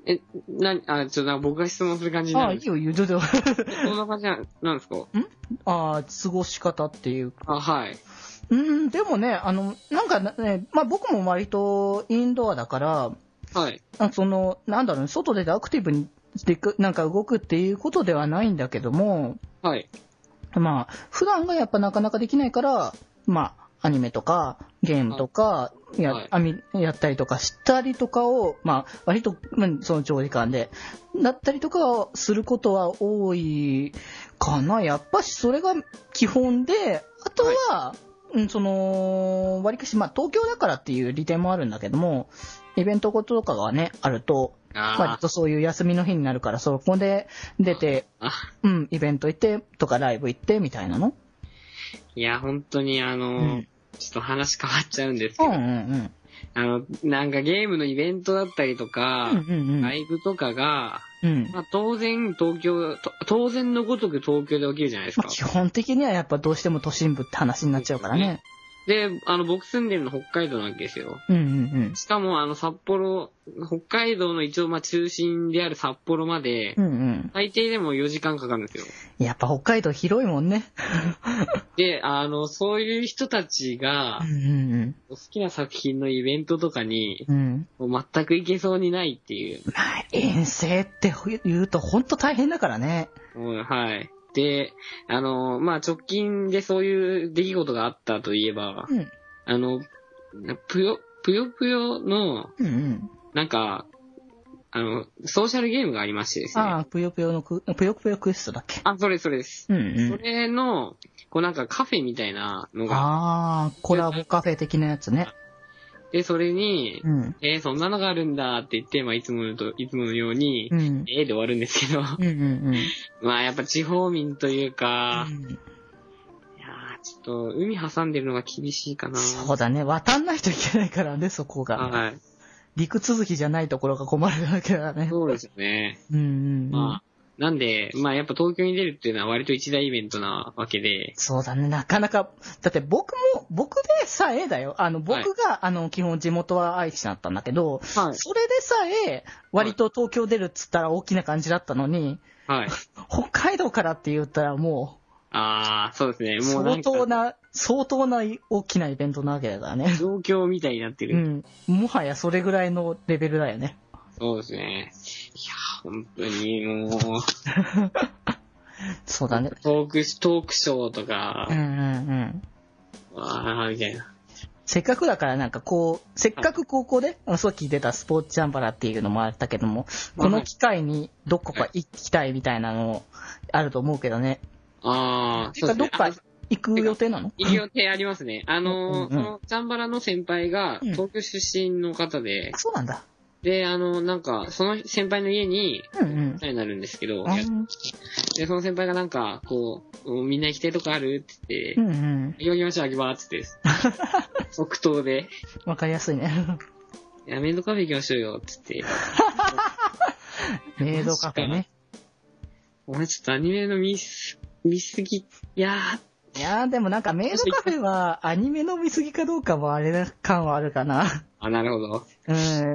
Speaker 2: え、な、あ、ちょっと僕が質問する感じになる。
Speaker 1: あ、いいよ、言うとど。
Speaker 2: そんな感じな、なんですか？ん
Speaker 1: ああ、過ごし方っていうか。
Speaker 2: あ、はい。
Speaker 1: うん、でもね、あの、なんかね、まあ僕も割とインドアだから、
Speaker 2: はい。
Speaker 1: あその、なんだろうね、外でアクティブにでく、なんか動くっていうことではないんだけども、
Speaker 2: はい。
Speaker 1: まあ、普段がやっぱなかなかできないから、まあ、アニメとか、ゲームとか、や、
Speaker 2: はい
Speaker 1: あみやったりとかしたりとかを、まあ、割と、まあその長時間で、だったりとかをすることは多いかな。やっぱしそれが基本で、あとは、うん、その、割かし、まあ、東京だからっていう利点もあるんだけども、イベントごととかがね、あると、割とそういう休みの日になるから、そこで出て、うん、イベント行って、とかライブ行って、みたいなの。
Speaker 2: いや、本当にあの、うん、ちょっと話変わっちゃうんですけど、
Speaker 1: うんうんうん、
Speaker 2: あの、なんかゲームのイベントだったりとか、
Speaker 1: うんうんうん、
Speaker 2: ライブとかが、
Speaker 1: うん、
Speaker 2: まあ、当然東京、当然のごとく東京で起きるじゃないですか。
Speaker 1: まあ、基本的にはやっぱどうしても都心部って話になっちゃうからね。
Speaker 2: で、あの、僕住んでるの北海道なわけですよ。
Speaker 1: うんうんうん。
Speaker 2: しかも、あの、札幌、北海道の一応、まあ、中心である札幌まで、
Speaker 1: うんうん、
Speaker 2: 最低でもよじかんかかるんですよ。
Speaker 1: やっぱ北海道広いもんね。
Speaker 2: で、あの、そういう人たちが、
Speaker 1: うんうんうん、
Speaker 2: 好きな作品のイベントとかに、
Speaker 1: うん、
Speaker 2: もう全く行けそうにないっていう。
Speaker 1: まあ、遠征って言うと本当大変だからね。
Speaker 2: うん、はい。で、あの、まあ、直近でそういう出来事があったといえば、
Speaker 1: うん、
Speaker 2: あの、ぷよ、ぷよぷよの、
Speaker 1: うんうん、
Speaker 2: なんか、あの、ソーシャルゲームがありましてですね。
Speaker 1: ああ、ぷよぷよのく、ぷよぷよクエストだっけ？
Speaker 2: あ、それそれです。
Speaker 1: うんうん。
Speaker 2: それの、こうなんかカフェみたいなのが。
Speaker 1: ああ、コラボカフェ的なやつね。
Speaker 2: で、それに、
Speaker 1: うん、
Speaker 2: えー、そんなのがあるんだって言って、まあ、いつものと、いつものように、
Speaker 1: うん、
Speaker 2: えーで終わるんですけど、
Speaker 1: うんうんうん、
Speaker 2: まあ、やっぱ地方民というか、
Speaker 1: うん、い
Speaker 2: やー、ちょっと、海挟んでるのが厳しいかな。
Speaker 1: そうだね、渡んないといけないからね、そこが。
Speaker 2: はい。
Speaker 1: 陸続きじゃないところが困るわけだね。
Speaker 2: そうですよね。
Speaker 1: うんうんうん。
Speaker 2: まあ、なんで、まあやっぱ東京に出るっていうのは割と一大イベントなわけで。
Speaker 1: そうだね、なかなか、だって僕も、僕でさえだよ。あの、僕が、はい、あの、基本地元は愛知だったんだけど、はい、それでさえ、割と東京出るっつったら大きな感じだったのに、はい、北海道からって言ったらもう、
Speaker 2: ああ、そうですね。
Speaker 1: もう相当な、相当な大きなイベントなわけだからね。
Speaker 2: 状況みたいになってる。
Speaker 1: うん。もはやそれぐらいのレベルだよね。
Speaker 2: そうですね。いや、本当にもう。
Speaker 1: そうだね。
Speaker 2: トーク、トークショーとか。
Speaker 1: うんうんうん。
Speaker 2: ああ、みたいな。
Speaker 1: せっかくだからなんかこう、せっかく高校で、はい、さっき出たスポーツチャンバラっていうのもあったけども、この機会にどこか行きたいみたいなのあると思うけどね。
Speaker 2: ああ、
Speaker 1: そうですね。どっか行く予定なの？
Speaker 2: 行く予定ありますね。あの、うんうん、そのチャンバラの先輩が東京出身の方で。
Speaker 1: うん、そうなんだ。
Speaker 2: で、あの、なんか、その先輩の家に、うんうん、なるんですけど、うん、で、その先輩がなんか、こう、みんな行きたいとこあるって言って、うんうん、行きましょう、行きまーって言って、即答で。
Speaker 1: わかりやすいね。
Speaker 2: いや、メイドカフェ行きましょうよ、って言って。
Speaker 1: メイドカフェね。
Speaker 2: 俺ちょっとアニメの見す、見すぎ、いや
Speaker 1: ー。いやー、でもなんかメイドカフェはアニメの見すぎかどうかもあれな感はあるかな。
Speaker 2: あ、なるほど。
Speaker 1: うん。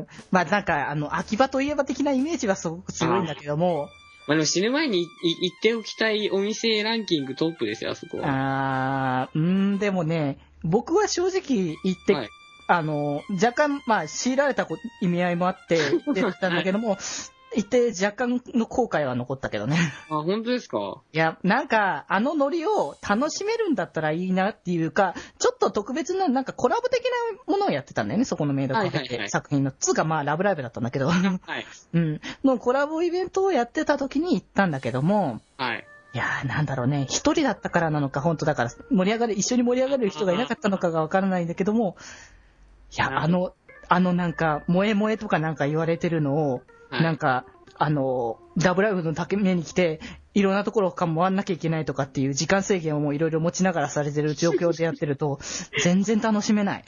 Speaker 1: まあなんか、あの、秋葉といえば的なイメージはすごく強いんだけども。
Speaker 2: まあでも死ぬ前に行っておきたいお店ランキングトップですよ、あそこは。
Speaker 1: あー、うん、でもね、僕は正直言って、はい、あの、若干、まあ、強いられた意味合いもあって出てたんだけども、はいいて若干の後悔は残ったけどね。
Speaker 2: あ、本当ですか？
Speaker 1: いや、なんか、あのノリを楽しめるんだったらいいなっていうか、ちょっと特別な、なんかコラボ的なものをやってたんだよね、そこのメイドカフェって作品の。つうか、まあ、ラブライブだったんだけど。はい。うん。のコラボイベントをやってた時に行ったんだけども、
Speaker 2: はい。
Speaker 1: いやー、なんだろうね、一人だったからなのか、本当だから、盛り上がる、一緒に盛り上がる人がいなかったのかがわからないんだけども、いや、あの、あのなんか、萌え萌えとかなんか言われてるのを、はい、なんか、あの、ダブライブの竹目に来て、いろんなところを回らなきゃいけないとかっていう時間制限をもういろいろ持ちながらされてる状況でやってると、全然楽しめない。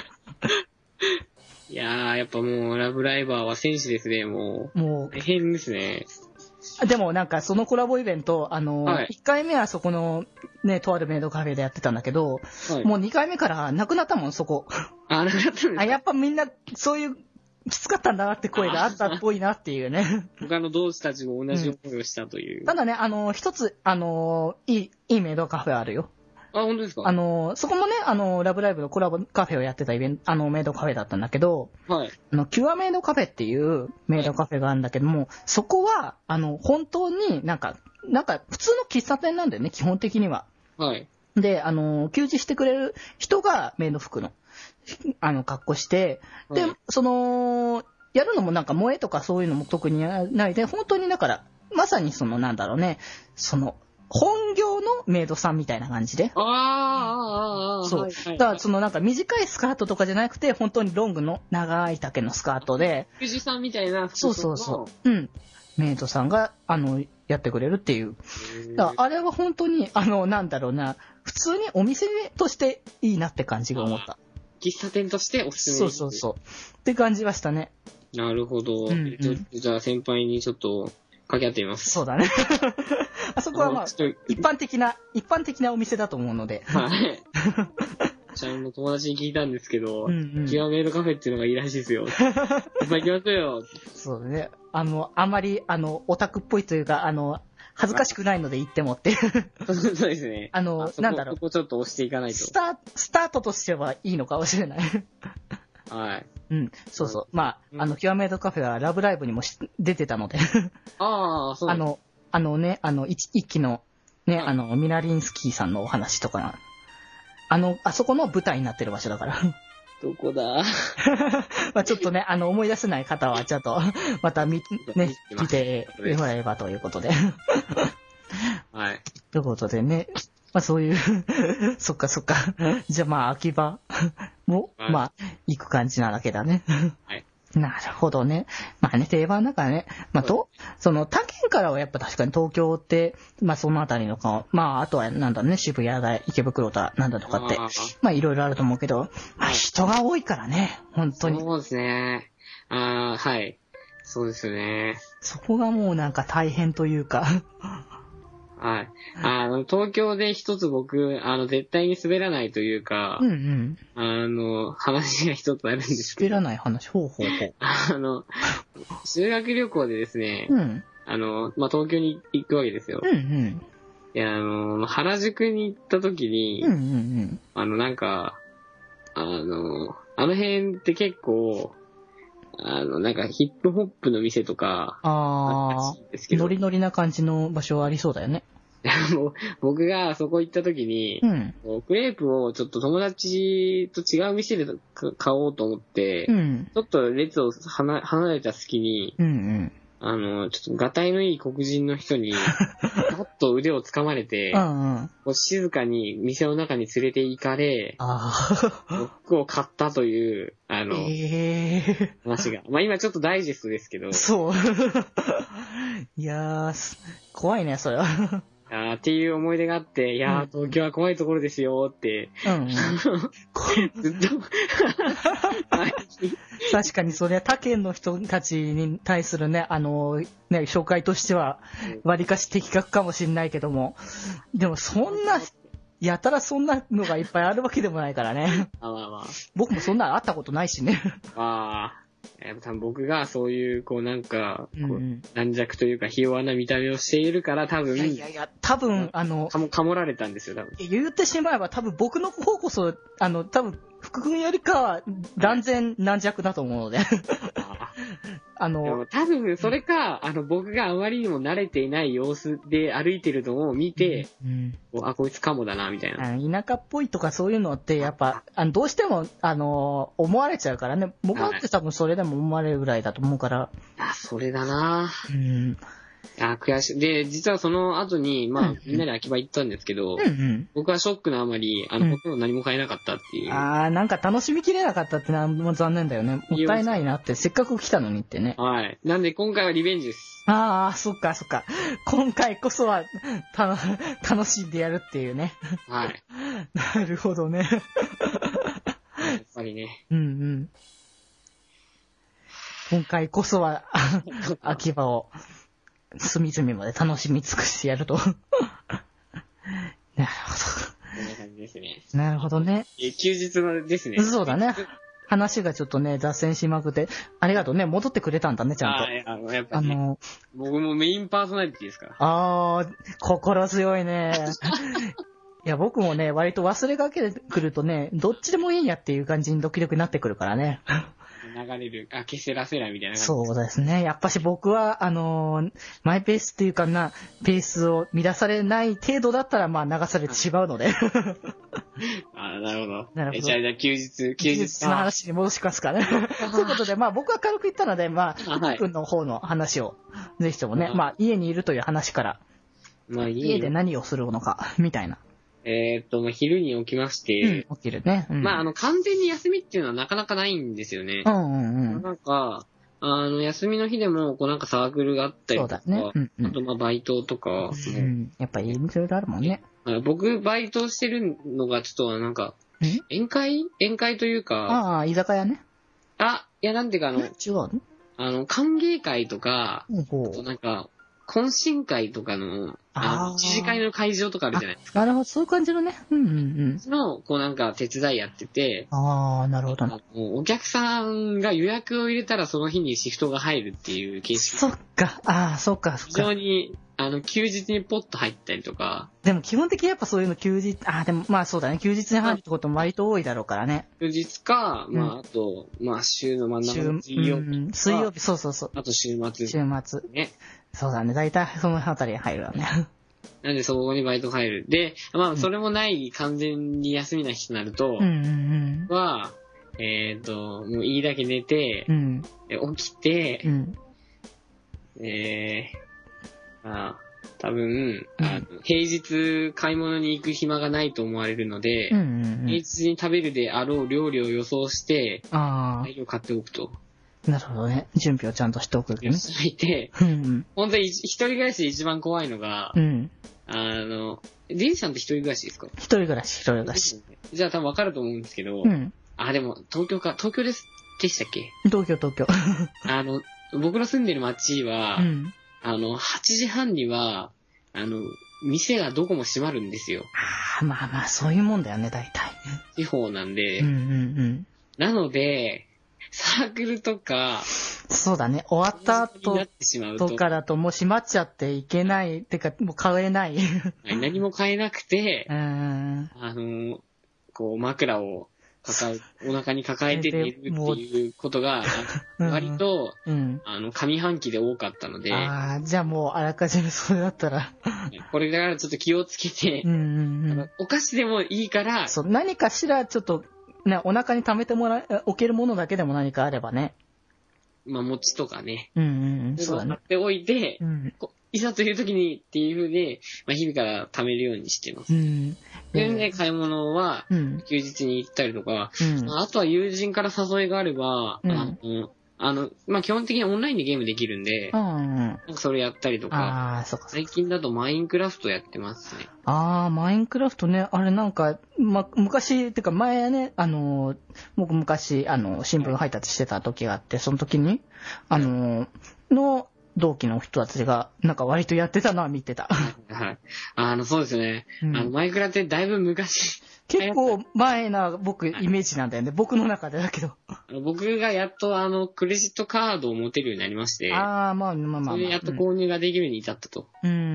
Speaker 2: いやー、やっぱもう、ラブライバーは選手ですね、もう。もう。大変ですね。
Speaker 1: でもなんかそのコラボイベント、あの、はい、いっかいめはそこの、ね、とあるメイドカフェでやってたんだけど、はい、もうにかいめからなくなったもん、そこ。
Speaker 2: あ、なくなったんですか？
Speaker 1: あ、やっぱみんな、そういう、 きつかったんだなって声があったっぽいなっていうね。
Speaker 2: 他の同志たちも同じ思いをしたという。
Speaker 1: うん、ただね、あの、一つ、あの、いい、いいメイドカフェあるよ。
Speaker 2: あ、本当ですか？
Speaker 1: あの、そこもね、あの、ラブライブのコラボカフェをやってたイベント、あの、メイドカフェだったんだけど、
Speaker 2: はい。
Speaker 1: あの、キュアメイドカフェっていうメイドカフェがあるんだけども、はい、そこは、あの、本当になんか、なんか、普通の喫茶店なんだよね、基本的には。
Speaker 2: はい。
Speaker 1: で、あの、給仕してくれる人がメイド服の、あの、格好して、で、はい、その、やるのもなんか萌えとかそういうのも特にないで、本当にだから、まさにその、なんだろうね、その、本業のメイドさんみたいな感じで。
Speaker 2: ああ、ああ、
Speaker 1: そう。はいはい、だからそのなんか短いスカートとかじゃなくて、本当にロングの長い丈のスカートで。
Speaker 2: 富士山みたいな服
Speaker 1: 装の。そうそうそう。うん。メイドさんが、あの、やってくれるっていう。だからあれは本当に、あの、なんだろうな、普通にお店としていいなって感じが思った。
Speaker 2: 喫茶店としておすすめ。
Speaker 1: そうそうそう。って感じはしたね。
Speaker 2: なるほど。うんうん、じゃあ先輩にちょっと掛け合ってみます。
Speaker 1: そうだね。あそこはまあ、一般的な、一般的なお店だと思うので。
Speaker 2: はい。ちゃんの友達に聞いたんですけど、うんうん、キュアメイドカフェっていうのがいいらしいですよ。いっぱい行きますよ。
Speaker 1: そうだね。あの、あんまり、あの、オタクっぽいというか、あの、恥ずかしくないので行ってもって。
Speaker 2: そうですね。
Speaker 1: あの、
Speaker 2: あ
Speaker 1: なんだろう。
Speaker 2: そこちょっと押していかないと。
Speaker 1: スター、スタートとしてはいいのかもしれない。
Speaker 2: はい。
Speaker 1: うん、そうそう。まあ、うん、あの、キュアメイドカフェはラブライブにも出てたので。
Speaker 2: ああ、そう。
Speaker 1: あの、あのね、あの、一, 一期の、ね、あの、ミナリンスキーさんのお話とか、あの、あそこの舞台になってる場所だから。
Speaker 2: どこだ
Speaker 1: まあちょっとね、あの、思い出せない方は、ちょっと、また見、ね、見てもらえればということで。
Speaker 2: はい。
Speaker 1: ということでね、まあそういう、そっかそっか。じゃあまあ、秋葉も、はい、まあ、行く感じなだけだね。
Speaker 2: はい。
Speaker 1: なるほどね。まあね、定番だからね。まあ、と、その他県からはやっぱ確かに東京って、まあそのあたりのか、まああとはなんだろうね、渋谷だ、池袋だ、なんだとかって、まあいろいろあると思うけど、まあ人が多いからね、本当に。
Speaker 2: そうですね。ああ、はい。そうですよね。
Speaker 1: そこがもうなんか大変というか。
Speaker 2: はい。あの、東京で一つ僕、あの、絶対に滑らないというか、
Speaker 1: うんうん。
Speaker 2: あの、話が一つあるんですけど。
Speaker 1: 滑らない話、ほうほうほう。
Speaker 2: あの、修学旅行でですね、
Speaker 1: うん。
Speaker 2: あの、まあ、東京に行くわけですよ。
Speaker 1: うんうん。
Speaker 2: いや、あの、原宿に行った時に、
Speaker 1: うんうんうん。
Speaker 2: あの、なんか、あの、あの辺って結構、あの、なんかヒップホップの店とか、
Speaker 1: ああ、ノリノリな感じの場所ありそうだよね。
Speaker 2: もう僕がそこ行った時に、
Speaker 1: うん、
Speaker 2: クレープをちょっと友達と違う店で買おうと思って、
Speaker 1: うん、
Speaker 2: ちょっと列を離れた隙に、
Speaker 1: うんうん、
Speaker 2: あの、ちょっとガタイのいい黒人の人に、パッと腕を掴まれて、
Speaker 1: うんうん、
Speaker 2: こう静かに店の中に連れて行かれ、
Speaker 1: あ
Speaker 2: 服を買ったという、あの、
Speaker 1: えー、
Speaker 2: 話が。まあ今ちょっとダイジェストですけど。
Speaker 1: そう。いやー、怖いね、それは。
Speaker 2: あっていう思い出があって、いやー、東京は怖いところですよって、
Speaker 1: うんうん、ずっと確かにそれは他県の人たちに対するね、あの、ね、紹介としては、割かし的確かもしれないけども、でもそんな、やたらそんなのがいっぱいあるわけでもないからね。
Speaker 2: あまあまあ、
Speaker 1: 僕もそんなのあったことないしね。
Speaker 2: ああ。多分僕がそういう、こうなんか、こう軟弱というか、ひ弱な見た目をしているから、多分。
Speaker 1: いやいやいや、多分、あの、
Speaker 2: かも、かもられたんですよ、多分。
Speaker 1: 言ってしまえば、多分僕の方こそ、あの、多分、福君よりかは、断然軟弱だと思うので。あの、
Speaker 2: 多分、それか、あの、僕があまりにも慣れていない様子で歩いてるのを見て、うんうん、あ、こいつかもだな、みたい
Speaker 1: な。田舎っぽいとかそういうのって、やっぱ、あのどうしても、あの、思われちゃうからね。僕だって多分それでも思われるぐらいだと思うから。
Speaker 2: あ、それだな。
Speaker 1: うん。
Speaker 2: あ、悔しい。で、実はその後に、まあ、うんうん、みんなで秋葉行ったんですけど、
Speaker 1: うんうん、
Speaker 2: 僕はショックのあまり、あの、ほとんど何も買えなかったっていう。
Speaker 1: ああ、なんか楽しみきれなかったってのはもう残念だよね。もったいないなって、せっかく来たのにってね。
Speaker 2: はい。なんで今回はリベンジです。
Speaker 1: ああ、そっかそっか。今回こそは、た、楽しんでやるっていうね。
Speaker 2: はい。
Speaker 1: なるほどね。や
Speaker 2: っぱりね。
Speaker 1: うんうん。今回こそは、秋葉を。隅々まで楽しみ尽くしてやると。なるほど。
Speaker 2: こんな感じですね。
Speaker 1: なるほどね。
Speaker 2: え、休日のですね。
Speaker 1: そうだね。 話がちょっとね、脱線しまくって、ありがとうね、戻ってくれたんだね、ちゃんと。
Speaker 2: ああの、やっぱり、ね、あの、僕もメインパーソナリティですから。
Speaker 1: あー、心強いね。いや、僕もね、割と忘れかけてくるとね、どっちでもいいやっていう感じにドキドキになってくるからね。
Speaker 2: 流れる、あ、消せらせらみたいな感じ。
Speaker 1: そうですね。やっぱし僕は、あのー、マイペースっていうかな、ペースを乱されない程度だったら、まあ流されてしまうので。
Speaker 2: あ、なるほど。
Speaker 1: なるほど。
Speaker 2: じゃあ、じゃあ休日、休日
Speaker 1: の話に戻しますかね。ということで、まあ僕は軽く言ったので、まあ、はい、君の方の話を、ぜひともね、まあ家にいるという話から、まあ家で何をするのか、みたいな。
Speaker 2: えー、っと、まあ、昼に起きまして、
Speaker 1: うん、起きるね。うん、
Speaker 2: まあ、あの、完全に休みっていうのはなかなかないんですよね。
Speaker 1: うんうんうん。
Speaker 2: なんか、あの、休みの日でも、こうなんかサークルがあったりとか、そうだね。うんうん、あと、まあ、バイトとか、
Speaker 1: うん。やっぱりいろいろあるもんね。
Speaker 2: 僕、バイトしてるのが、ちょっと、なんか、宴会宴会というか、
Speaker 1: ああ、居酒屋ね。
Speaker 2: あ、いや、なんていうか、あの、
Speaker 1: 違うの
Speaker 2: あの、歓迎会とか、
Speaker 1: ほう
Speaker 2: あとなんか、懇親会とかの、あの、一次会の会場とかあるじゃないですか。
Speaker 1: なるほど、そういう感じのね。うんうんうん。
Speaker 2: その、こうなんか手伝いやってて、
Speaker 1: ああ、なるほど、ね。
Speaker 2: お客さんが予約を入れたらその日にシフトが入るっていう形式。
Speaker 1: そっか、ああ、そっか、そっか。
Speaker 2: 非常に、あの、休日にポッと入ったりとか。
Speaker 1: でも基本的にやっぱそういうの休日、ああ、でもまあそうだね、休日に入るってことも割と多いだろうからね。
Speaker 2: 休日か、まああと、うん、まあ週の真ん中の水曜日、うん。
Speaker 1: 水曜日、そうそうそう。
Speaker 2: あと週末。
Speaker 1: 週末。
Speaker 2: ね。
Speaker 1: そうだね、大体そのあたりに入るわね。
Speaker 2: なんでそこにバイト入る。で、まあそれもない完全に休みな日となると、
Speaker 1: うんうんうん、
Speaker 2: は、えっ、ー、と、もういいだけ寝て、
Speaker 1: うん、
Speaker 2: 起きて、
Speaker 1: うん、
Speaker 2: えー、まあ、多分、うん、あの平日買い物に行く暇がないと思われるので、
Speaker 1: うんうんうん、
Speaker 2: 平日に食べるであろう料理を予想して、
Speaker 1: あ
Speaker 2: 材料買っておくと。
Speaker 1: なるほどね。準備をちゃんとしておくね。
Speaker 2: していて、
Speaker 1: うん、
Speaker 2: 本当に一人暮らしで一番怖いのが、
Speaker 1: うん、
Speaker 2: あの、デンさんって一人暮らしですか？
Speaker 1: 一人暮らし、一人暮らし。
Speaker 2: じゃあ多分わかると思うんですけど、
Speaker 1: うん、
Speaker 2: あ、でも東京か、東京です、でしたっけ？
Speaker 1: 東京、東京。
Speaker 2: あの、僕の住んでる町は、
Speaker 1: うん、
Speaker 2: あの、はちじはんには、あの、店がどこも閉まるんですよ。
Speaker 1: ああ、まあまあ、そういうもんだよね、大体。
Speaker 2: 地方なんで。
Speaker 1: うんうんうん。
Speaker 2: なので、サークルとか、
Speaker 1: そうだね、終わった後とかだともう閉まっちゃっていけない、てかもう買えない。
Speaker 2: 何も買えなくて、
Speaker 1: うん、
Speaker 2: あの、こう枕を抱え、お腹に抱えて寝るっていうことが、割と、うん、あの、上半期で多かったので。
Speaker 1: ああ、じゃあもうあらかじめそれだったら。
Speaker 2: これだからちょっと気をつけて、
Speaker 1: うんうんうん、
Speaker 2: お菓子でもいいから、
Speaker 1: そう、何かしらちょっと、ね、お腹に溜めてもらえ、置けるものだけでも何かあればね。ま
Speaker 2: あ、餅とかね。
Speaker 1: うんうんうん。そうだね。
Speaker 2: 買っておいて、
Speaker 1: うん、
Speaker 2: いざという時にっていう風で、まあ、日々から貯めるようにしてます。うん。で、ね、買い物は、休日に行ったりとか、うん、あとは友人から誘いがあれば、うん、あの、あの、まあ、基本的にオンラインでゲームできるんで、うんうん、なんかそれやったりとか、
Speaker 1: あそうか
Speaker 2: 最近だとマインクラフトやってますね。
Speaker 1: ああ、マインクラフトね、あれなんか、ま、昔、てか前ね、あの、僕昔、あの、新聞配達してた時があって、その時に、あの、の、同期の人たちが、なんか割とやってたのは見てた。
Speaker 2: はい。あの、そうですね。うん、あの、マイクラってだいぶ昔。
Speaker 1: 結構前な僕、イメージなんだよね。僕の中でだけど。
Speaker 2: 僕がやっとあの、クレジットカードを持てるようになりまして。
Speaker 1: ああ、まあまあまあ、まあ。
Speaker 2: それでやっと購入ができるように至ったと。
Speaker 1: うん、うん、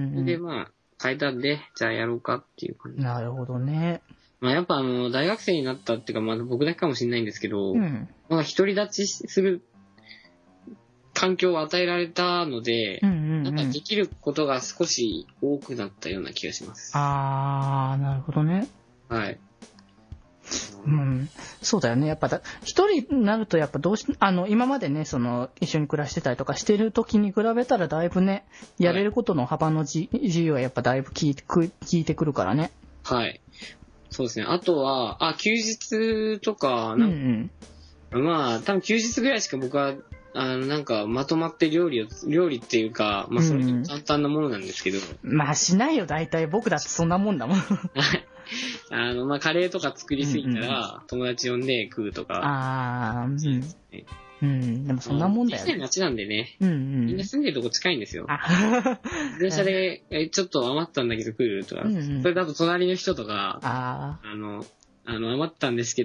Speaker 1: うん。
Speaker 2: で、まあ、変えたんで、じゃあやろうかっていう感じ。
Speaker 1: なるほどね。
Speaker 2: まあやっぱあの、大学生になったっていうか、まあ僕だけかもしれないんですけど、うん、まあ独り立ちする環境を与えられたので、うんうんうん、なんかできることが少し多くなったような気がします。
Speaker 1: あー、なるほどね。
Speaker 2: はい。
Speaker 1: うん、そうだよね。やっぱだ、一人になるとやっぱどうし、あの、今までね、その、一緒に暮らしてたりとかしてる時に比べたらだいぶね、やれることの幅のじ、はい、自由はやっぱだいぶ効いてく、効いてくるからね。
Speaker 2: はい。そうですね。あとは、あ、休日とか、なんか、うんうん、まあ、多分休日ぐらいしか僕は、あの、なんか、まとまって料理を、料理っていうか、まあ、それ簡単なものなんですけど。
Speaker 1: うん、まあ、しないよ、大体。僕だってそんなもんだもん。
Speaker 2: あの、まあ、カレーとか作りすぎたら、友達呼んで食うとか。
Speaker 1: ああ、うん。うん、でもそんなもんだよね。
Speaker 2: 小さい町なんでね。
Speaker 1: うんうん。
Speaker 2: みんな住んでるとこ近いんですよ。電車で、え、ちょっと余ったんだけど来るとか。うんうん、それだと隣の人とか、ああの、あの、余ったんですけど、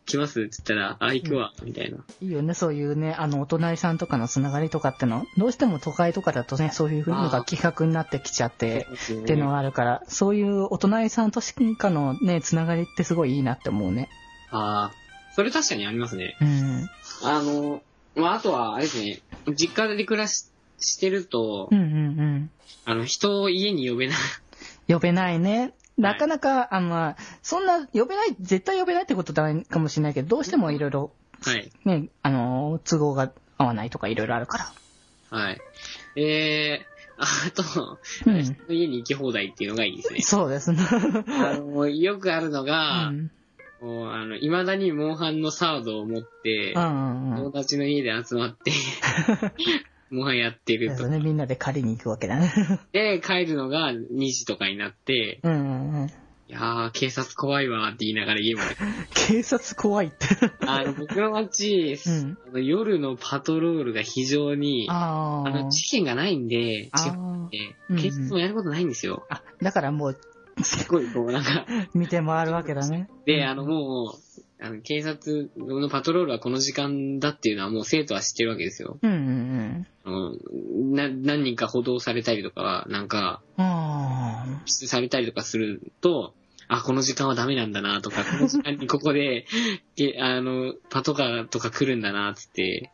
Speaker 2: 来ますって言ったら、あ、行くわ、みたいな。
Speaker 1: いいよね、そういうね、あの、お隣さんとかのつながりとかっての、どうしても都会とかだとね、そういうのが企画になってきちゃって、っていうのがあるから、そういうお隣さんとしかのね、つながりってすごいいいなって思うね。
Speaker 2: ああ、それ確かにありますね。
Speaker 1: うん。
Speaker 2: あの、まあ、あとは、あれですね、実家で暮らし、してると、
Speaker 1: うんうんうん。
Speaker 2: あの、人を家に呼べない。
Speaker 1: 呼べないね。なかなか、はい、あの、そんな、呼べない、絶対呼べないってことだかもしれないけど、どうしてもいろいろ、
Speaker 2: はい。
Speaker 1: ね、あの、都合が合わないとかいろいろあるから。
Speaker 2: はい。えー、あと、うん、人の家に行き放題っていうのがいいですね。
Speaker 1: そうですね。
Speaker 2: あの、よくあるのが、うん、もう、あの、未だにモンハンのサードを持って、うんうんうん、友達の家で集まって、モンハンやってると。
Speaker 1: そうね、みんなで借りに行くわけだね。
Speaker 2: で、帰るのがにじとかになって、うんうんうん、いやー、警察怖いわーって言いながら家まで。
Speaker 1: 警察怖いって。
Speaker 2: あの、僕の街、うん、あの夜のパトロールが非常に、あの、事件がないんで、地方で、警察もやることないんですよ。
Speaker 1: うんうん、あ、だからもう、
Speaker 2: すごい、こう、なんか。
Speaker 1: 見て回るわけだね。
Speaker 2: で、あの、もう、あの警察のパトロールはこの時間だっていうのはもう生徒は知ってるわけですよ。うんうんうん。な何人か補導されたりとかは、なんか、出されたりとかすると、あ、この時間はダメなんだなとか、この時間にここで、あの、パトカーとか来るんだなつって、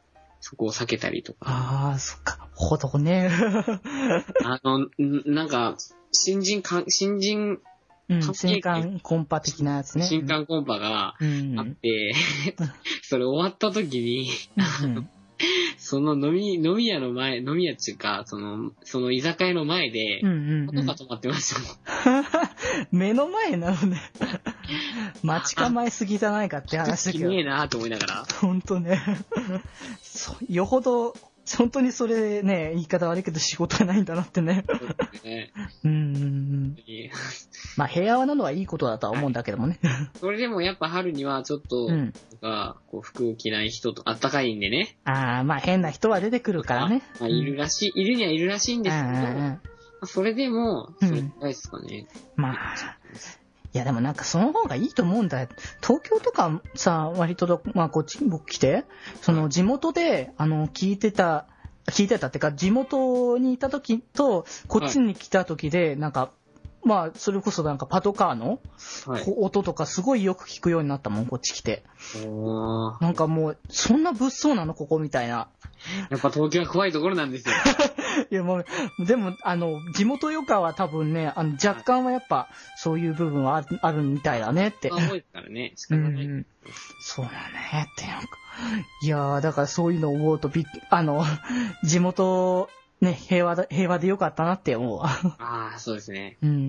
Speaker 2: そこを避けたりとか。
Speaker 1: ああ、そっか、ほどね。
Speaker 2: あの、なんか、新人か、新人、
Speaker 1: うん、新刊コンパ的なやつね。
Speaker 2: 新刊コンパがあって、うん、それ終わった時に、うん、その飲み、飲み屋の前、飲み屋っていうか、その、その居酒屋の前で、パトカー止まってましたもん。
Speaker 1: 目の前なのね。待ち構えすぎじゃないかって話だけど。
Speaker 2: きれいなぁと思いながら。
Speaker 1: ほんとね。よほど、本当にそれね、言い方悪いけど仕事がないんだなってね。そうですね。うん。まあ平和なのはいいことだとは思うんだけどもね。はい、
Speaker 2: それでもやっぱ春にはちょっと、うん、こう服を着ない人と、あったかいんでね。
Speaker 1: ああ、まあ変な人は出てくるからね。
Speaker 2: まあ、いるらしい、うん、いるにはいるらしいんですけど、まあ、それでも、それくらいですかね。
Speaker 1: うん、まあ。いやでもなんかその方がいいと思うんだよ。東京とかさ、割とまあこっち僕来て、その地元であの聞いてた、聞いてたってか地元にいた時とこっちに来た時でなんか、まあそれこそなんかパトカーの音とかすごいよく聞くようになったもん、こっち来て。なんかもうそんな物騒なのここみたいな。
Speaker 2: やっぱ東京は怖いところなんですよ。
Speaker 1: いやもう、でも、あの、地元余暇は多分ね、あの、若干はやっぱ、そういう部分はある、あるみたいだねって。
Speaker 2: あ、多いからね。仕方ない。うん、
Speaker 1: そうだね、ってなんか。いやー、だからそういうのを思うとびっ、あの、地元、ね、平和だ、平和でよかったなって思うわ。
Speaker 2: ああ、そうですね。
Speaker 1: うんうんうん。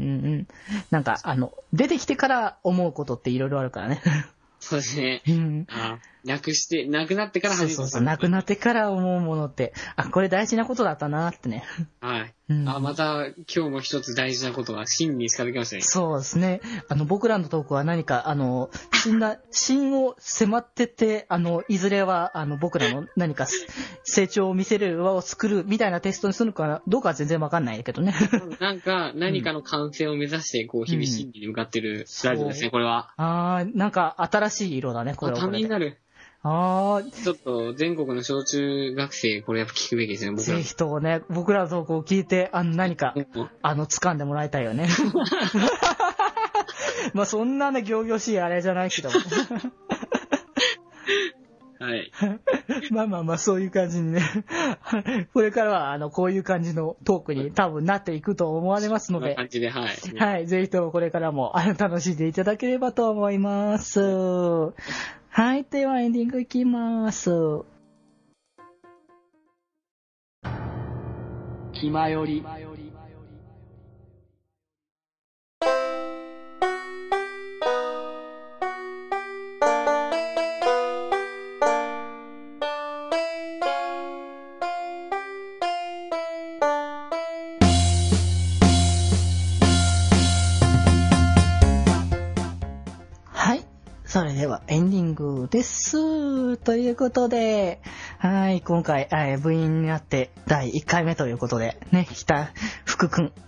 Speaker 1: なんか、あの、出てきてから思うことっていろいろあるからね。
Speaker 2: そうですね。うん。あなくして、なくなってから
Speaker 1: 初めて。そうそうそう、なくなってから思うものって、あ、これ大事なことだったなってね。
Speaker 2: はい。うん、あ、また今日も一つ大事なことが真に近づきましたね。
Speaker 1: そうですね。あの、僕らのトークは何か、あの、真な、真を迫ってて、あの、いずれは、あの、僕らの何か成長を見せる輪を作るみたいなテストにするのかどうかは全然わかんないけどね。
Speaker 2: なんか、何かの完成を目指して、こう、日々真理に向かってるラジオですね、うん、これは。
Speaker 1: あー、なんか新しい色だね、これは。
Speaker 2: ためになる。ああ。ちょっと、全国の小中学生、これやっぱ聞くべきですね、僕ら。
Speaker 1: ぜひとね、僕らの投稿を聞いて、あの、何か、あの、掴んでもらいたいよね。まあ、そんなね、仰々しいあれじゃないけども。
Speaker 2: はい。
Speaker 1: まあまあまあ、そういう感じにね。これからは、あの、こういう感じのトークに多分なっていくと思われますので。
Speaker 2: こんな感じで、はい。
Speaker 1: はい。ぜひともこれからも、あの、楽しんでいただければと思います。はい。では、エンディングいきます。気まより。それではエンディングです。ということで、はい、今回、部員になってだいいっかいめということで、ね、北福くん、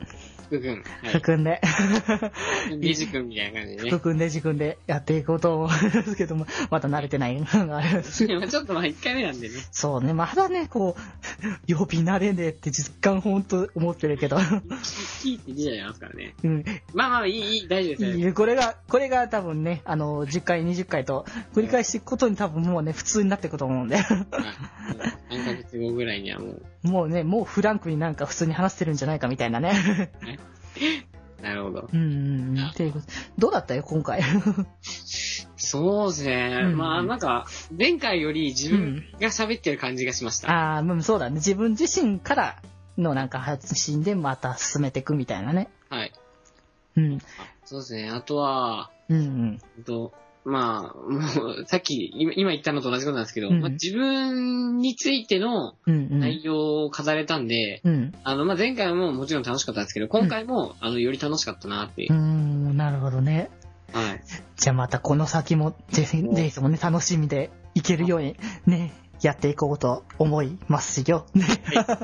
Speaker 2: 福くん。
Speaker 1: 福くんで。
Speaker 2: デジくんみたいな感じでね。
Speaker 1: 福くんデジくんでやっていこうと思うんですけども、まだ慣れてないのがあるんですけど。
Speaker 2: ちょっとまあいっかいめなんでね。
Speaker 1: そうね、まだね、こう、曜日慣れねえって実感ほんと思ってるけど。
Speaker 2: キーって出ちゃいますからね。
Speaker 1: うん。
Speaker 2: まあまあいい、いい、大丈夫ですよ。
Speaker 1: これが、これが多分ね、あの、じゅっかい、にじゅっかいと繰り返していくことに多分もうね、普通になっていくと思うんで。
Speaker 2: さんかげつごぐらいにはもう。
Speaker 1: もうね、もうフランクになんか普通に話してるんじゃないかみたいなね。
Speaker 2: なるほど。
Speaker 1: うんうんうん。っていうこと。どうだったよ、今回。
Speaker 2: そうですね。うん、まあなんか、前回より自分が喋ってる感じがしました。
Speaker 1: うん、ああ、うん、そうだね。自分自身からのなんか発信でまた進めていくみたいなね。
Speaker 2: はい。
Speaker 1: うん。
Speaker 2: そうですね。あとは、
Speaker 1: うんうん。
Speaker 2: とまあ、もう、さっき、今今言ったのと同じことなんですけど、うん、まあ、自分についての内容を語れたんで、うんうん、あの、まあ、前回ももちろん楽しかったんですけど、今回も、うん、あの、より楽しかったなっていう。
Speaker 1: うーん、なるほどね。
Speaker 2: はい。
Speaker 1: じゃあまたこの先も、ぜひ、ぜひともね、楽しみでいけるように、ね、やっていこうと思いますよ。はい。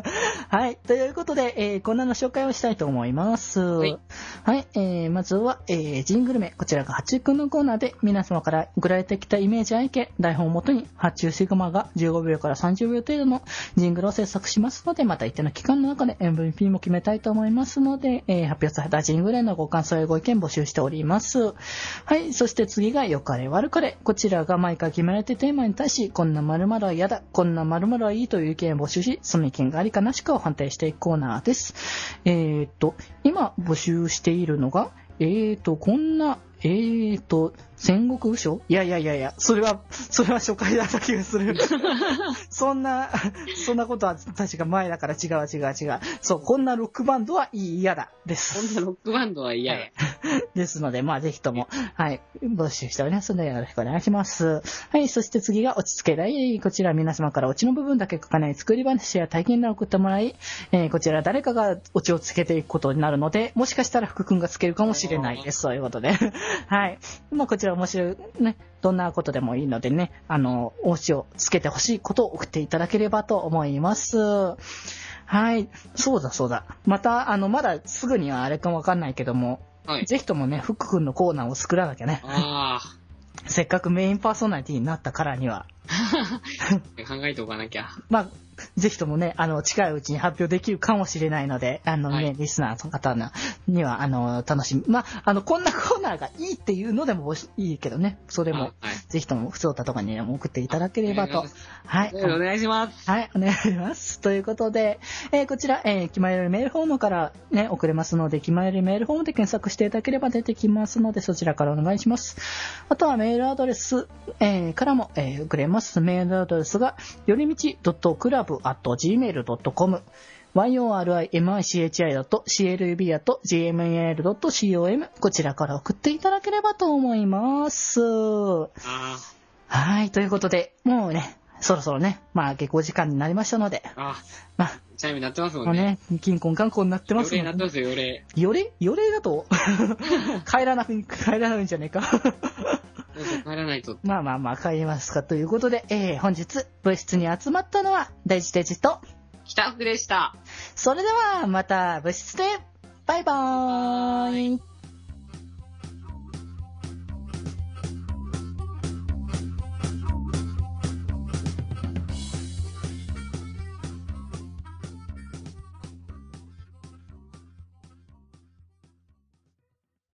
Speaker 1: はい。ということで、えー、こんなの紹介をしたいと思います。はい。はい、えー、まずは、えー、ジングル名。こちらが八中くんのコーナーで、皆様から送られてきたイメージや意見、台本をもとに、八中シグマがじゅうごびょうからさんじゅうびょう程度のジングルを制作しますので、また一定の期間の中で エムブイピー も決めたいと思いますので、えー、発表されたジングルへのご感想やご意見募集しております。はい。そして次が、よかれ悪かれ。こちらが毎回決められてテーマに対し、こんな〇〇は嫌だ、こんな〇〇はいいという意見を募集し、その意見がありかなしかを判定していくコーナーです。えー、っと、今募集しているのが、えー、っと、こんな、えー、っと、戦国武将いやいやいやいや、それは、それは初回だった気がする。そんな、そんなことは確か前だから違う違う違う。そう、こんなロックバンドはいい嫌だ。です。
Speaker 2: こんなロックバンドは嫌だ。
Speaker 1: ですので、まあぜひとも、はい、募集しておりますのでよろしくお願いします。はい、そして次が落ち着けない。こちら皆様からオチの部分だけ書かない作り話や体験談を送ってもらい、えー、こちら誰かがオチをつけていくことになるので、もしかしたら福くんがつけるかもしれないです。そういうことで。はい。まあこちら面白いね、どんなことでもいいのでね、あの、オチをつけてほしいことを送っていただければと思います。はい。そうだそうだ。また、あの、まだすぐにはあれかもわかんないけども、はい、ぜひともね、福くんのコーナーを作らなきゃね。
Speaker 2: あ
Speaker 1: せっかくメインパーソナリティになったからには。
Speaker 2: 考えておかなきゃ。
Speaker 1: まあ、ぜひともね、あの、近いうちに発表できるかもしれないので、あのね、はい、リスナーの方には、あの、楽しみ。まあ、あの、こんなコーナーがいいっていうのでもいいけどね、それも、はい、ぜひとも、ふつおたとかにも送っていただければと。はい。
Speaker 2: お願いします。
Speaker 1: はい、お願いします。ということで、えー、こちら、えー、決まりメールフォームからね、送れますので、決まりメールフォームで検索していただければ出てきますので、そちらからお願いします。あとはメールアドレス、えー、からも、えー、送れます。メールアドレスが、よりみち .club アット ジーメールドットコム ヨリミチ ドットクラブ アット ジーメールドットコム こちらから送っていただければと思います。
Speaker 2: あ
Speaker 1: はい、ということで、もうね、そろそろね、まあ下校時間になりましたので、
Speaker 2: あ
Speaker 1: まあ、
Speaker 2: チャイム鳴ってますもんね。
Speaker 1: ね、金婚観光になってますもんね。
Speaker 2: よれい鳴ってますよ、よれ
Speaker 1: い。よれよれいだと帰らなく、帰らないんじゃねえか。
Speaker 2: 帰らないと。
Speaker 1: まあまあまあ帰りますかということで、えー、本日部室に集まったのはデジデジと
Speaker 2: 北福でした。
Speaker 1: それではまた部室でバイバーイ。